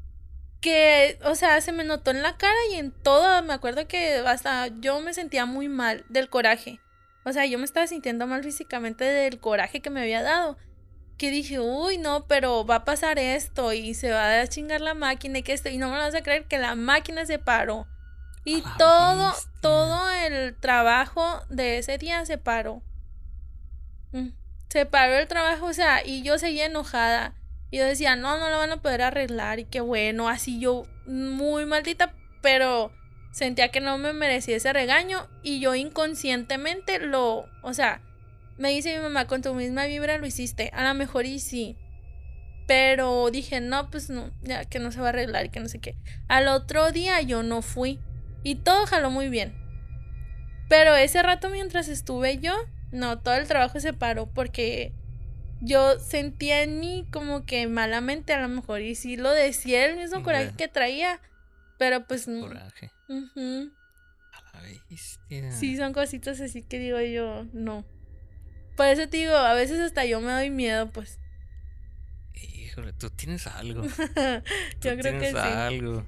Que, o sea, se me notó en la cara y en todo. Me acuerdo que hasta yo me sentía muy mal del coraje. O sea, yo me estaba sintiendo mal físicamente del coraje que me había dado. Que dije, uy, no, pero va a pasar esto y se va a chingar la máquina y que esto. Y no me vas a creer que la máquina se paró. Y A la todo, bestia. todo el trabajo de ese día se paró. Mm, Se paró el trabajo, o sea, y yo seguía enojada. Y yo decía, no, no lo van a poder arreglar. Y qué bueno, así yo muy maldita, pero sentía que no me merecía ese regaño. Y yo inconscientemente lo, o sea, me dice mi mamá, con tu misma vibra lo hiciste. A lo mejor y sí. Pero dije, no, pues no, ya que no se va a arreglar y que no sé qué. Al otro día yo no fui. Y todo jaló muy bien. Pero ese rato mientras estuve yo, no, todo el trabajo se paró porque yo sentía en mí como que malamente a lo mejor y sí lo decía el mismo coraje De que traía, pero pues no. coraje. Ujú. A la bestia. Sí, son cositas así que digo yo, no. Por eso te digo, a veces hasta yo me doy miedo, pues. Híjole, tú tienes algo. Tú Yo creo tienes que sí. algo.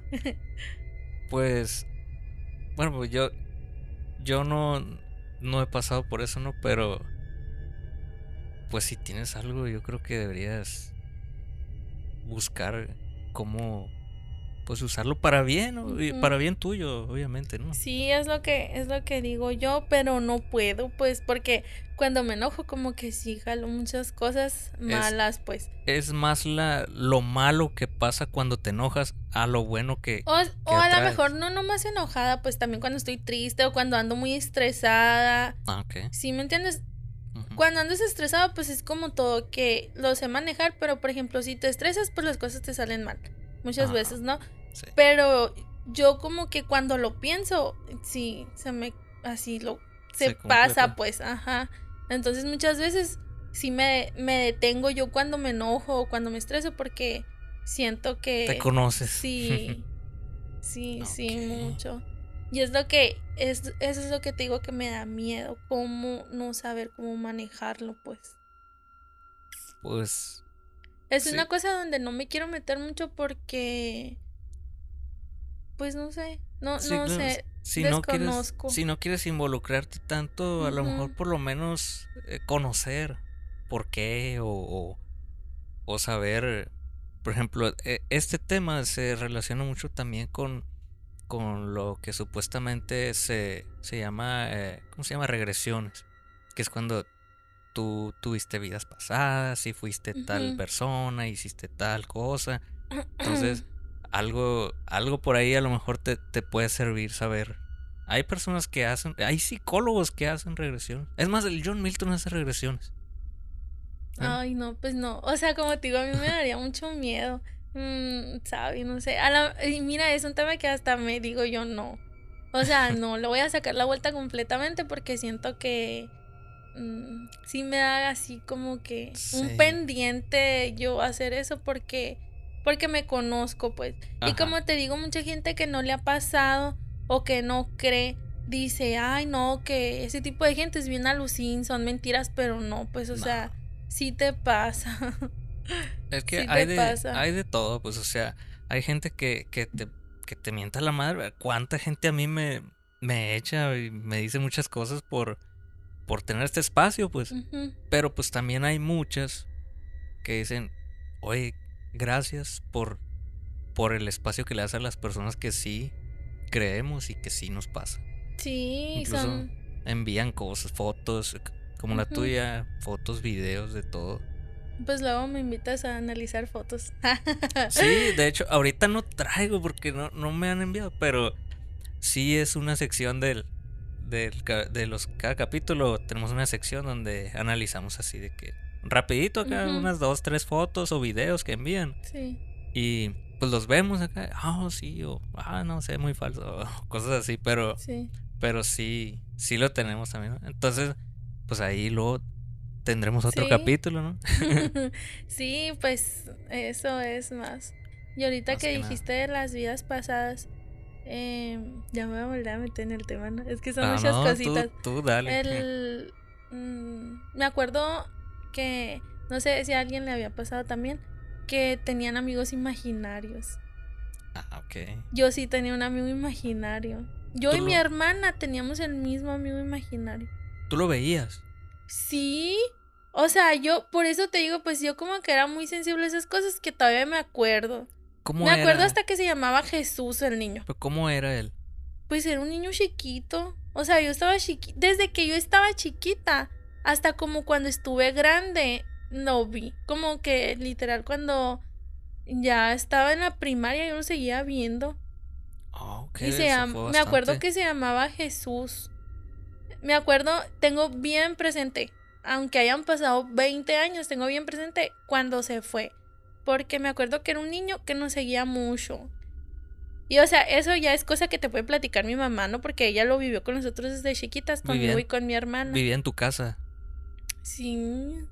Pues, bueno, pues yo, yo no, no he pasado por eso, ¿no? Pero, pues si tienes algo, yo creo que deberías buscar cómo, pues usarlo para bien, ¿no? Y Ujú. para bien tuyo, obviamente, ¿no? Sí, es lo que es lo que digo yo, pero no puedo, pues, porque cuando me enojo como que sí jalo muchas cosas malas, pues. Es más la lo malo que pasa cuando te enojas a lo bueno que, O, que o a lo atraes. mejor no nomás enojada, pues también cuando estoy triste o cuando ando muy estresada. Ah, ok. ¿Sí me entiendes? Ujú. Cuando andas estresado, pues es como todo que lo sé manejar, pero por ejemplo, si te estresas, pues las cosas te salen mal. Muchas Ajá. veces, ¿no? Sí. Pero yo como que cuando lo pienso, sí, se me, así lo, se, Se cumple, pasa, pues. pues, ajá. Entonces muchas veces sí me, me detengo yo cuando me enojo o cuando me estreso porque siento que... Te conoces. Sí, sí, sí, Ok. mucho. Y es lo que, es, eso es lo que te digo que me da miedo, cómo no saber cómo manejarlo, pues. Pues Es sí, una cosa donde no me quiero meter mucho porque, pues no sé, no, sí, no claro. sé, Si no quieres, desconozco. si no quieres involucrarte tanto, a lo mejor Ujú, por lo menos eh, conocer por qué o, o, o saber, por ejemplo, eh, este tema se relaciona mucho también con, con lo que supuestamente se, se llama, eh, ¿cómo se llama? Regresiones, que es cuando tú tuviste vidas pasadas y fuiste tal ujú. persona, hiciste tal cosa. Entonces, algo, algo por ahí a lo mejor te, te puede servir saber. Hay personas que hacen, hay psicólogos que hacen regresiones. Es más, el John Milton hace regresiones. ¿Eh? Ay, no, pues no. O sea, como te digo, a mí me daría mucho miedo. Mm, ¿sabes? No sé. A la- y mira, es un tema que hasta me digo yo no. O sea, no, le voy a sacar la vuelta completamente porque siento que mm, sí me da así como que un Sí. pendiente yo hacer eso porque porque me conozco, pues. Y Ajá. como te digo, mucha gente que no le ha pasado o que no cree dice, "Ay, no, que ese tipo de gente es bien alucin, son mentiras", pero no, pues, o No. sea, sí te pasa. Es que Sí hay te de, pasa. hay de todo, pues, o sea, hay gente que, que te, que te mienta la madre. ¿Cuánta gente a mí me, me echa y me dice muchas cosas por, por tener este espacio, pues? Ujú. Pero pues también hay muchas que dicen, oye, gracias por, por el espacio que le das a las personas que sí creemos y que sí nos pasa. Sí, Incluso son envían cosas, fotos, c- como la ujú. tuya, fotos, videos, de todo. Pues luego me invitas a analizar fotos. Sí, de hecho, ahorita no traigo porque no, no me han enviado, pero sí es una sección del, del ca- de los cada capítulo tenemos una sección donde analizamos así de que rapidito acá Ujú. unas dos, tres fotos o videos que envían Sí. y pues los vemos acá, ah, sí, o ah, no sé, muy falso, o cosas así, pero Sí. pero sí, sí lo tenemos también, ¿no? Entonces, pues ahí luego tendremos otro Sí. capítulo, ¿no? Sí, pues eso es más. Y ahorita Más que que nada. dijiste de las vidas pasadas, em, ya me voy a volver a meter en el tema, ¿no? Es que son Ah, muchas no, tú, cositas. tú dale. El, mm, me acuerdo que, no sé si a alguien le había pasado también, que tenían amigos imaginarios. Ah, ok. Yo sí tenía un amigo imaginario. Yo Tú y mi lo, hermana teníamos el mismo amigo imaginario. tú lo veías. Sí, o sea, yo, por eso te digo, pues yo como que era muy sensible a esas cosas que todavía me acuerdo. ¿Cómo Me acuerdo era? hasta que se llamaba Jesús el niño. Pero ¿cómo era él? Pues era un niño chiquito. O sea, yo estaba chiquita. Desde que yo estaba chiquita hasta como cuando estuve grande, lo vi. Como que literal cuando ya estaba en la primaria yo lo seguía viendo. Ah, ok, Y se eso llam- fue me acuerdo bastante. que se llamaba Jesús. Me acuerdo, tengo bien presente, aunque hayan pasado veinte años, tengo bien presente cuando se fue. Porque me acuerdo que era un niño que nos seguía mucho. Y o sea, eso ya es cosa que te puede platicar mi mamá, ¿no? Porque ella lo vivió con nosotros desde chiquitas, Vivía conmigo y en, con mi hermana. vivía en tu casa. Sí.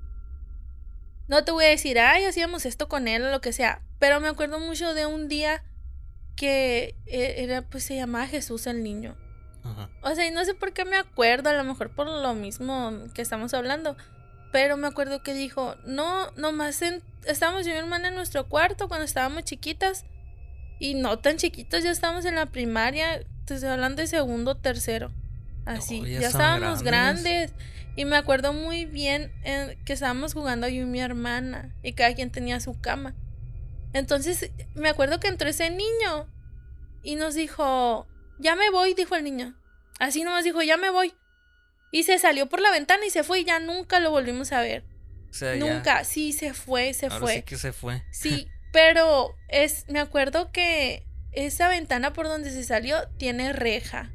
No te voy a decir, ay, hacíamos esto con él o lo que sea. Pero me acuerdo mucho de un día que eh, era, pues se llamaba Jesús el niño. Ajá. O sea, y no sé por qué me acuerdo, a lo mejor por lo mismo que estamos hablando. Pero me acuerdo que dijo, no, nomás en, estábamos yo y mi hermana en nuestro cuarto cuando estábamos chiquitas. Y no tan chiquitas, ya estábamos en la primaria, te estoy hablando de segundo, tercero. Oh, Así, ya ya estaban estábamos grandes. grandes. Y me acuerdo muy bien eh, que estábamos jugando yo y mi hermana. Y cada quien tenía su cama. Entonces, me acuerdo que entró ese niño y nos dijo, ya me voy, dijo el niño. Así nomás dijo, ya me voy. Y se salió por la ventana y se fue y ya nunca lo volvimos a ver. O sea, Nunca, ya, sí, se fue, se ahora fue. sí que se fue. Sí, pero es, me acuerdo que esa ventana por donde se salió tiene reja.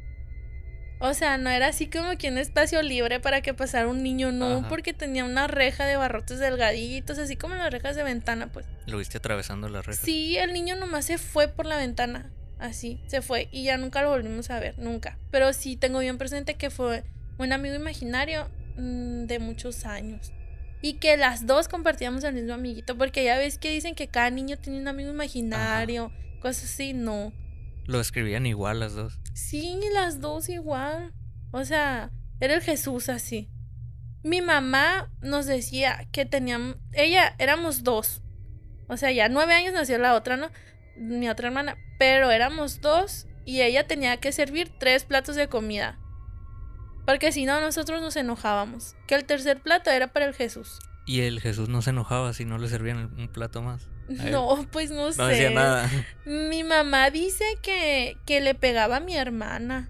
O sea, no era así como que un espacio libre para que pasara un niño, no, Ajá. porque tenía una reja de barrotes delgaditos, así como las rejas de ventana, pues. Lo viste atravesando la reja. Sí, el niño nomás se fue por la ventana, así, se fue y ya nunca lo volvimos a ver, nunca. Pero sí tengo bien presente que fue un amigo imaginario mmm, de muchos años. Y que las dos compartíamos el mismo amiguito, porque ya ves que dicen que cada niño tiene un amigo imaginario, ajá, cosas así, no. Lo escribían igual las dos. Sí, las dos igual. O sea, era el Jesús así. Mi mamá nos decía que teníamos, ella, éramos dos. O sea, ya nueve años nació la otra, ¿no? Mi otra hermana. Pero éramos dos y ella tenía que servir tres platos de comida. Porque si no, nosotros nos enojábamos. Que el tercer plato era para el Jesús. Y el Jesús no se enojaba si no le servían un plato más. No, pues no, no sé. No decía nada. Mi mamá dice que, que le pegaba a mi hermana.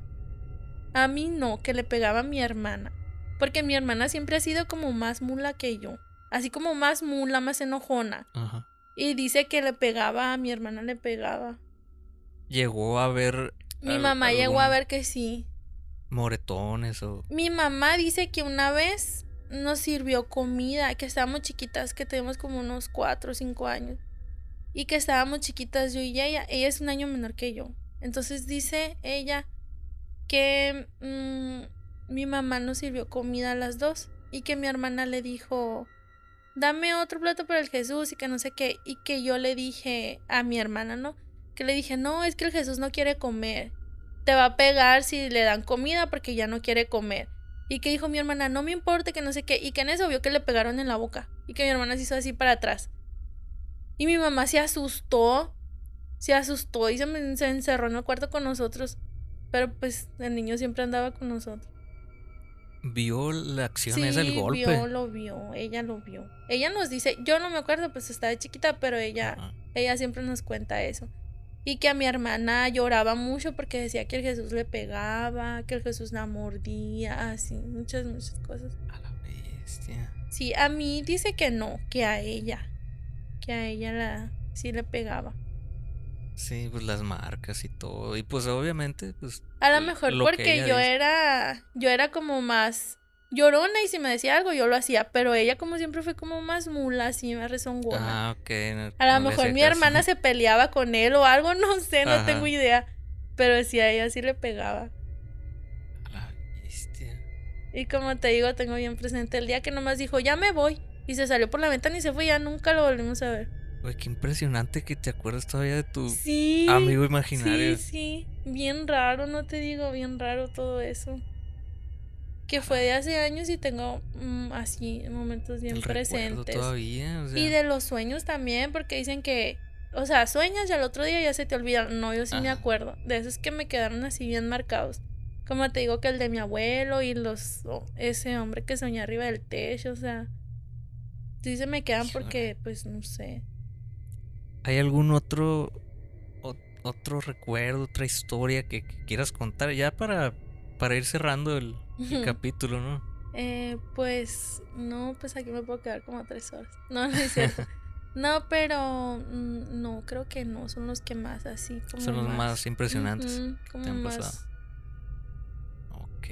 A mí no, que le pegaba a mi hermana. Porque mi hermana siempre ha sido como más mula que yo. Así como más mula, más enojona. Ajá. Y dice que le pegaba, a mi hermana le pegaba. Llegó a ver... Mi al, mamá llegó a ver que sí. Moretones o... Mi mamá dice que una vez nos sirvió comida, que estábamos chiquitas, que tenemos como unos cuatro o cinco años. Y que estábamos chiquitas yo y ella. Ella es un año menor que yo. Entonces dice ella que mmm, mi mamá nos sirvió comida a las dos. Y que mi hermana le dijo, dame otro plato para el Jesús y que no sé qué. Y que yo le dije a mi hermana, ¿no? Que le dije, no, es que el Jesús no quiere comer. Te va a pegar si le dan comida porque ya no quiere comer. Y que dijo mi hermana, no me importa, que no sé qué. Y que en eso vio que le pegaron en la boca. Y que mi hermana se hizo así para atrás. Y mi mamá se asustó. Se asustó y se, me, se encerró en el cuarto con nosotros. Pero pues el niño siempre andaba con nosotros. ¿Vio la acción sí, esa, el golpe? Sí, vio, lo vio. Ella lo vio. Ella nos dice, yo no me acuerdo, pues estaba chiquita, pero ella, uh-huh. ella siempre nos cuenta eso. Y que a mi hermana lloraba mucho porque decía que el Jesús le pegaba, que el Jesús la mordía, así, muchas, muchas cosas. A la bestia. Sí, a mí dice que no, que a ella, que a ella la, sí le pegaba. Sí, pues las marcas y todo, y pues obviamente, pues... A lo mejor lo porque yo dice. era, yo era como más llorona y si me decía algo yo lo hacía, pero ella como siempre fue como más mula, así me rezongona. Ah, ok. No, a lo no mejor mi caso. hermana se peleaba con él o algo, no sé, no Ajá. tengo idea, pero sí a ella sí le pegaba. La bestia. Y como te digo, tengo bien presente el día que nomás dijo, ya me voy, y se salió por la ventana y se fue y ya nunca lo volvimos a ver. Güey, qué impresionante que te acuerdas todavía de tu sí, amigo imaginario. Sí, sí, bien raro, no te digo, bien raro todo eso. Que fue de hace años y tengo mmm, así momentos bien el presentes. Todavía, o sea. Y de los sueños también, porque dicen que, o sea, sueñas y al otro día ya se te olvidan. No, yo sí Ajá. me acuerdo. De esos que me quedaron así bien marcados. Como te digo que el de mi abuelo y los oh, ese hombre que soñé arriba del techo, o sea. Sí se me quedan porque, pues, no sé. ¿Hay algún otro o, otro recuerdo, otra historia que, que quieras contar ya para, para ir cerrando el, el capítulo, no? Eh, pues, no, pues aquí me puedo quedar como tres horas. No, no es cierto. No, pero mm, no, creo que no, son los que más así como Son los más, más impresionantes uh-huh, como que han más... pasado. Ok.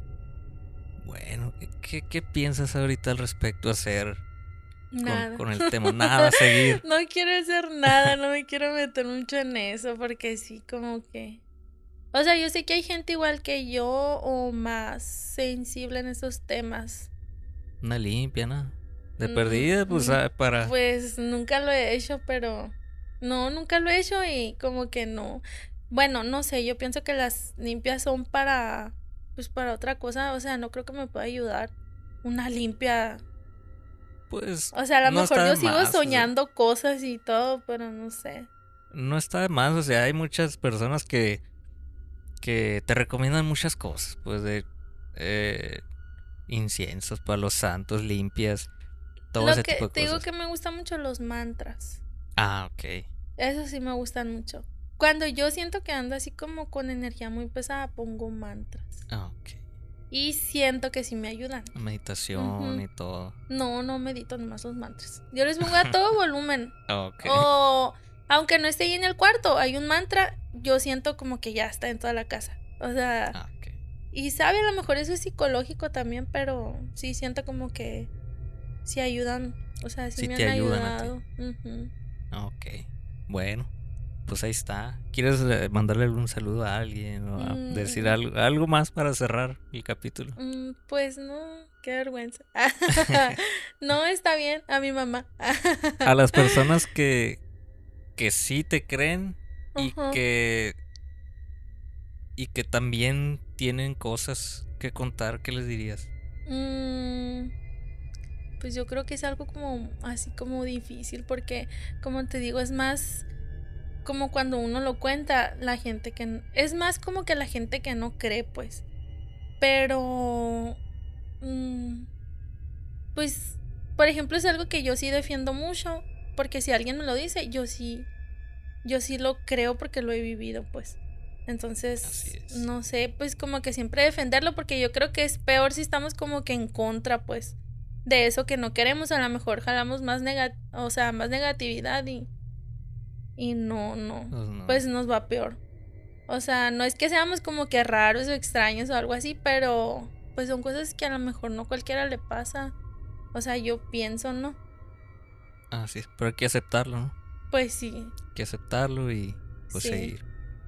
Bueno, ¿qué, qué piensas ahorita al respecto a hacer? Nada. Con, con el tema, nada, seguir. No quiero hacer nada, no me quiero meter mucho en eso, porque sí, como que... O sea, yo sé que hay gente igual que yo o más sensible en esos temas. Una limpia, ¿no? De perdida, pues, mm, para... Pues nunca lo he hecho, pero... No, nunca lo he hecho y como que no... Bueno, no sé, yo pienso que las limpias son para... Pues para otra cosa, o sea, no creo que me pueda ayudar una limpia... Pues, o sea, a lo no mejor yo sigo más, soñando o sea, cosas y todo, pero no sé. No está de más, o sea, hay muchas personas que que te recomiendan muchas cosas, pues de eh, inciensos para los santos, limpias, todo lo ese que tipo de te cosas. digo que me gustan mucho los mantras. Ah, ok. Eso sí me gustan mucho. Cuando yo siento que ando así como con energía muy pesada, pongo mantras. Ah, ok. Y siento que sí me ayudan. Meditación Ujú. y todo. No, no medito nomás los mantras. Yo les pongo a todo volumen. Ok. O aunque no esté ahí en el cuarto, hay un mantra, yo siento como que ya está en toda la casa. O sea, Ah, ok. y sabe, a lo mejor eso es psicológico también, pero sí siento como que sí ayudan. O sea, sí, Sí me te han ayudan a ti. ayudado. Ujú. Ah, ok. Bueno, pues ahí está. ¿Quieres eh, mandarle algún saludo a alguien o a Mm. decir algo, algo más para cerrar el capítulo? Mm, pues no, qué vergüenza. No, está bien, a mi mamá. A las personas que, que sí te creen y Ajá. que y que también tienen cosas que contar, ¿qué les dirías? Mm, pues yo creo que es algo como así como difícil porque, como te digo, es más como cuando uno lo cuenta, la gente que n- es más como que la gente que no cree, pues. Pero mm, pues por ejemplo es algo que yo sí defiendo mucho, porque si alguien me lo dice, yo sí yo sí lo creo porque lo he vivido, pues. Así Entonces, es. no sé, pues como que siempre defenderlo, porque yo creo que es peor si estamos como que en contra, pues, de eso que no queremos. A lo mejor jalamos más nega, o sea, más negatividad y, y no, no, Pues no. pues nos va peor. O sea, no es que seamos como que raros o extraños o algo así, pero pues son cosas que a lo mejor no cualquiera le pasa. O sea, yo pienso, ¿no? Así es, pero hay que aceptarlo, ¿no? Pues sí, Hay que aceptarlo y pues sí, seguir.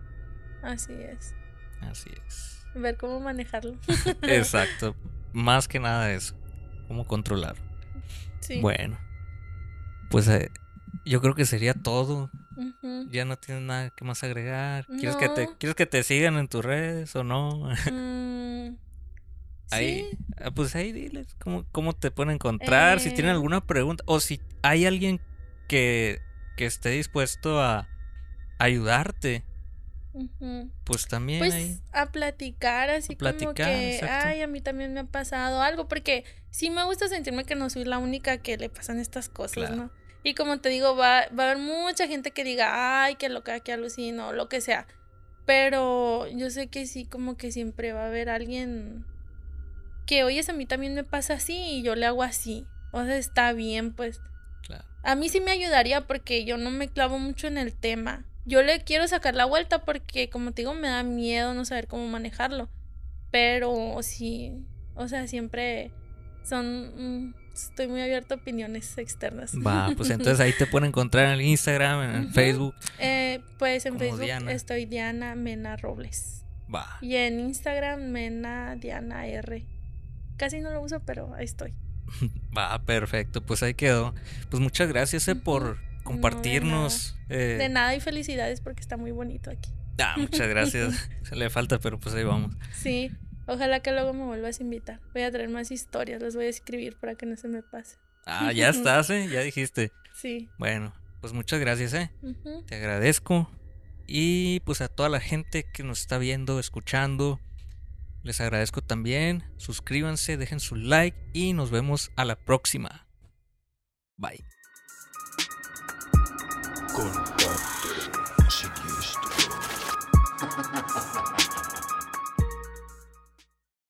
así es. Así es. Ver cómo manejarlo. Exacto. Más que nada eso. Cómo controlar. Sí. Bueno. Pues eh, yo creo que sería todo. Ujú. Ya no tienes nada que más agregar. ¿Quieres que te, No. ¿quieres que te sigan en tus redes o no? Mm, Ahí, sí. ah, pues ahí diles cómo, cómo te pueden encontrar, si tienen Eh, alguna pregunta o si hay alguien que, que esté dispuesto a ayudarte, ujú. pues también Pues ahí a platicar, así a como platicar, que, exacto. ay, a mí también me ha pasado algo, porque sí me gusta sentirme que no soy la única que le pasan estas cosas, Claro. ¿no? Y como te digo, va, va a haber mucha gente que diga, ay, que loca, que alucino, lo que sea. Pero yo sé que sí, como que siempre va a haber alguien que, oyes, a mí también me pasa así y yo le hago así. O sea, está bien, pues. Claro. A mí sí me ayudaría porque yo no me clavo mucho en el tema. Yo le quiero sacar la vuelta porque, como te digo, me da miedo no saber cómo manejarlo. Pero sí, o sea, siempre son... mm, estoy muy abierta a opiniones externas. Va, pues entonces ahí te pueden encontrar en el Instagram, en el Ujú. Facebook. Eh, pues en Como Facebook Diana. estoy Diana Mena Robles. Va. Y en Instagram Mena Diana R. Casi no lo uso, pero ahí estoy. Va, perfecto, pues ahí quedó. Pues muchas gracias eh, Ujú. por compartirnos. eh, De nada y felicidades porque está muy bonito aquí. ah, muchas gracias. Se le falta, pero pues ahí vamos. Sí, ojalá que luego me vuelvas a invitar. Voy a traer más historias, las voy a escribir para que no se me pase. Ah, ya estás, eh, ya dijiste. Sí. Bueno, pues muchas gracias, eh. Ujú. Te agradezco. Y pues a toda la gente que nos está viendo, escuchando, les agradezco también. Suscríbanse, dejen su like y nos vemos a la próxima. Bye. Contacto, si quieres.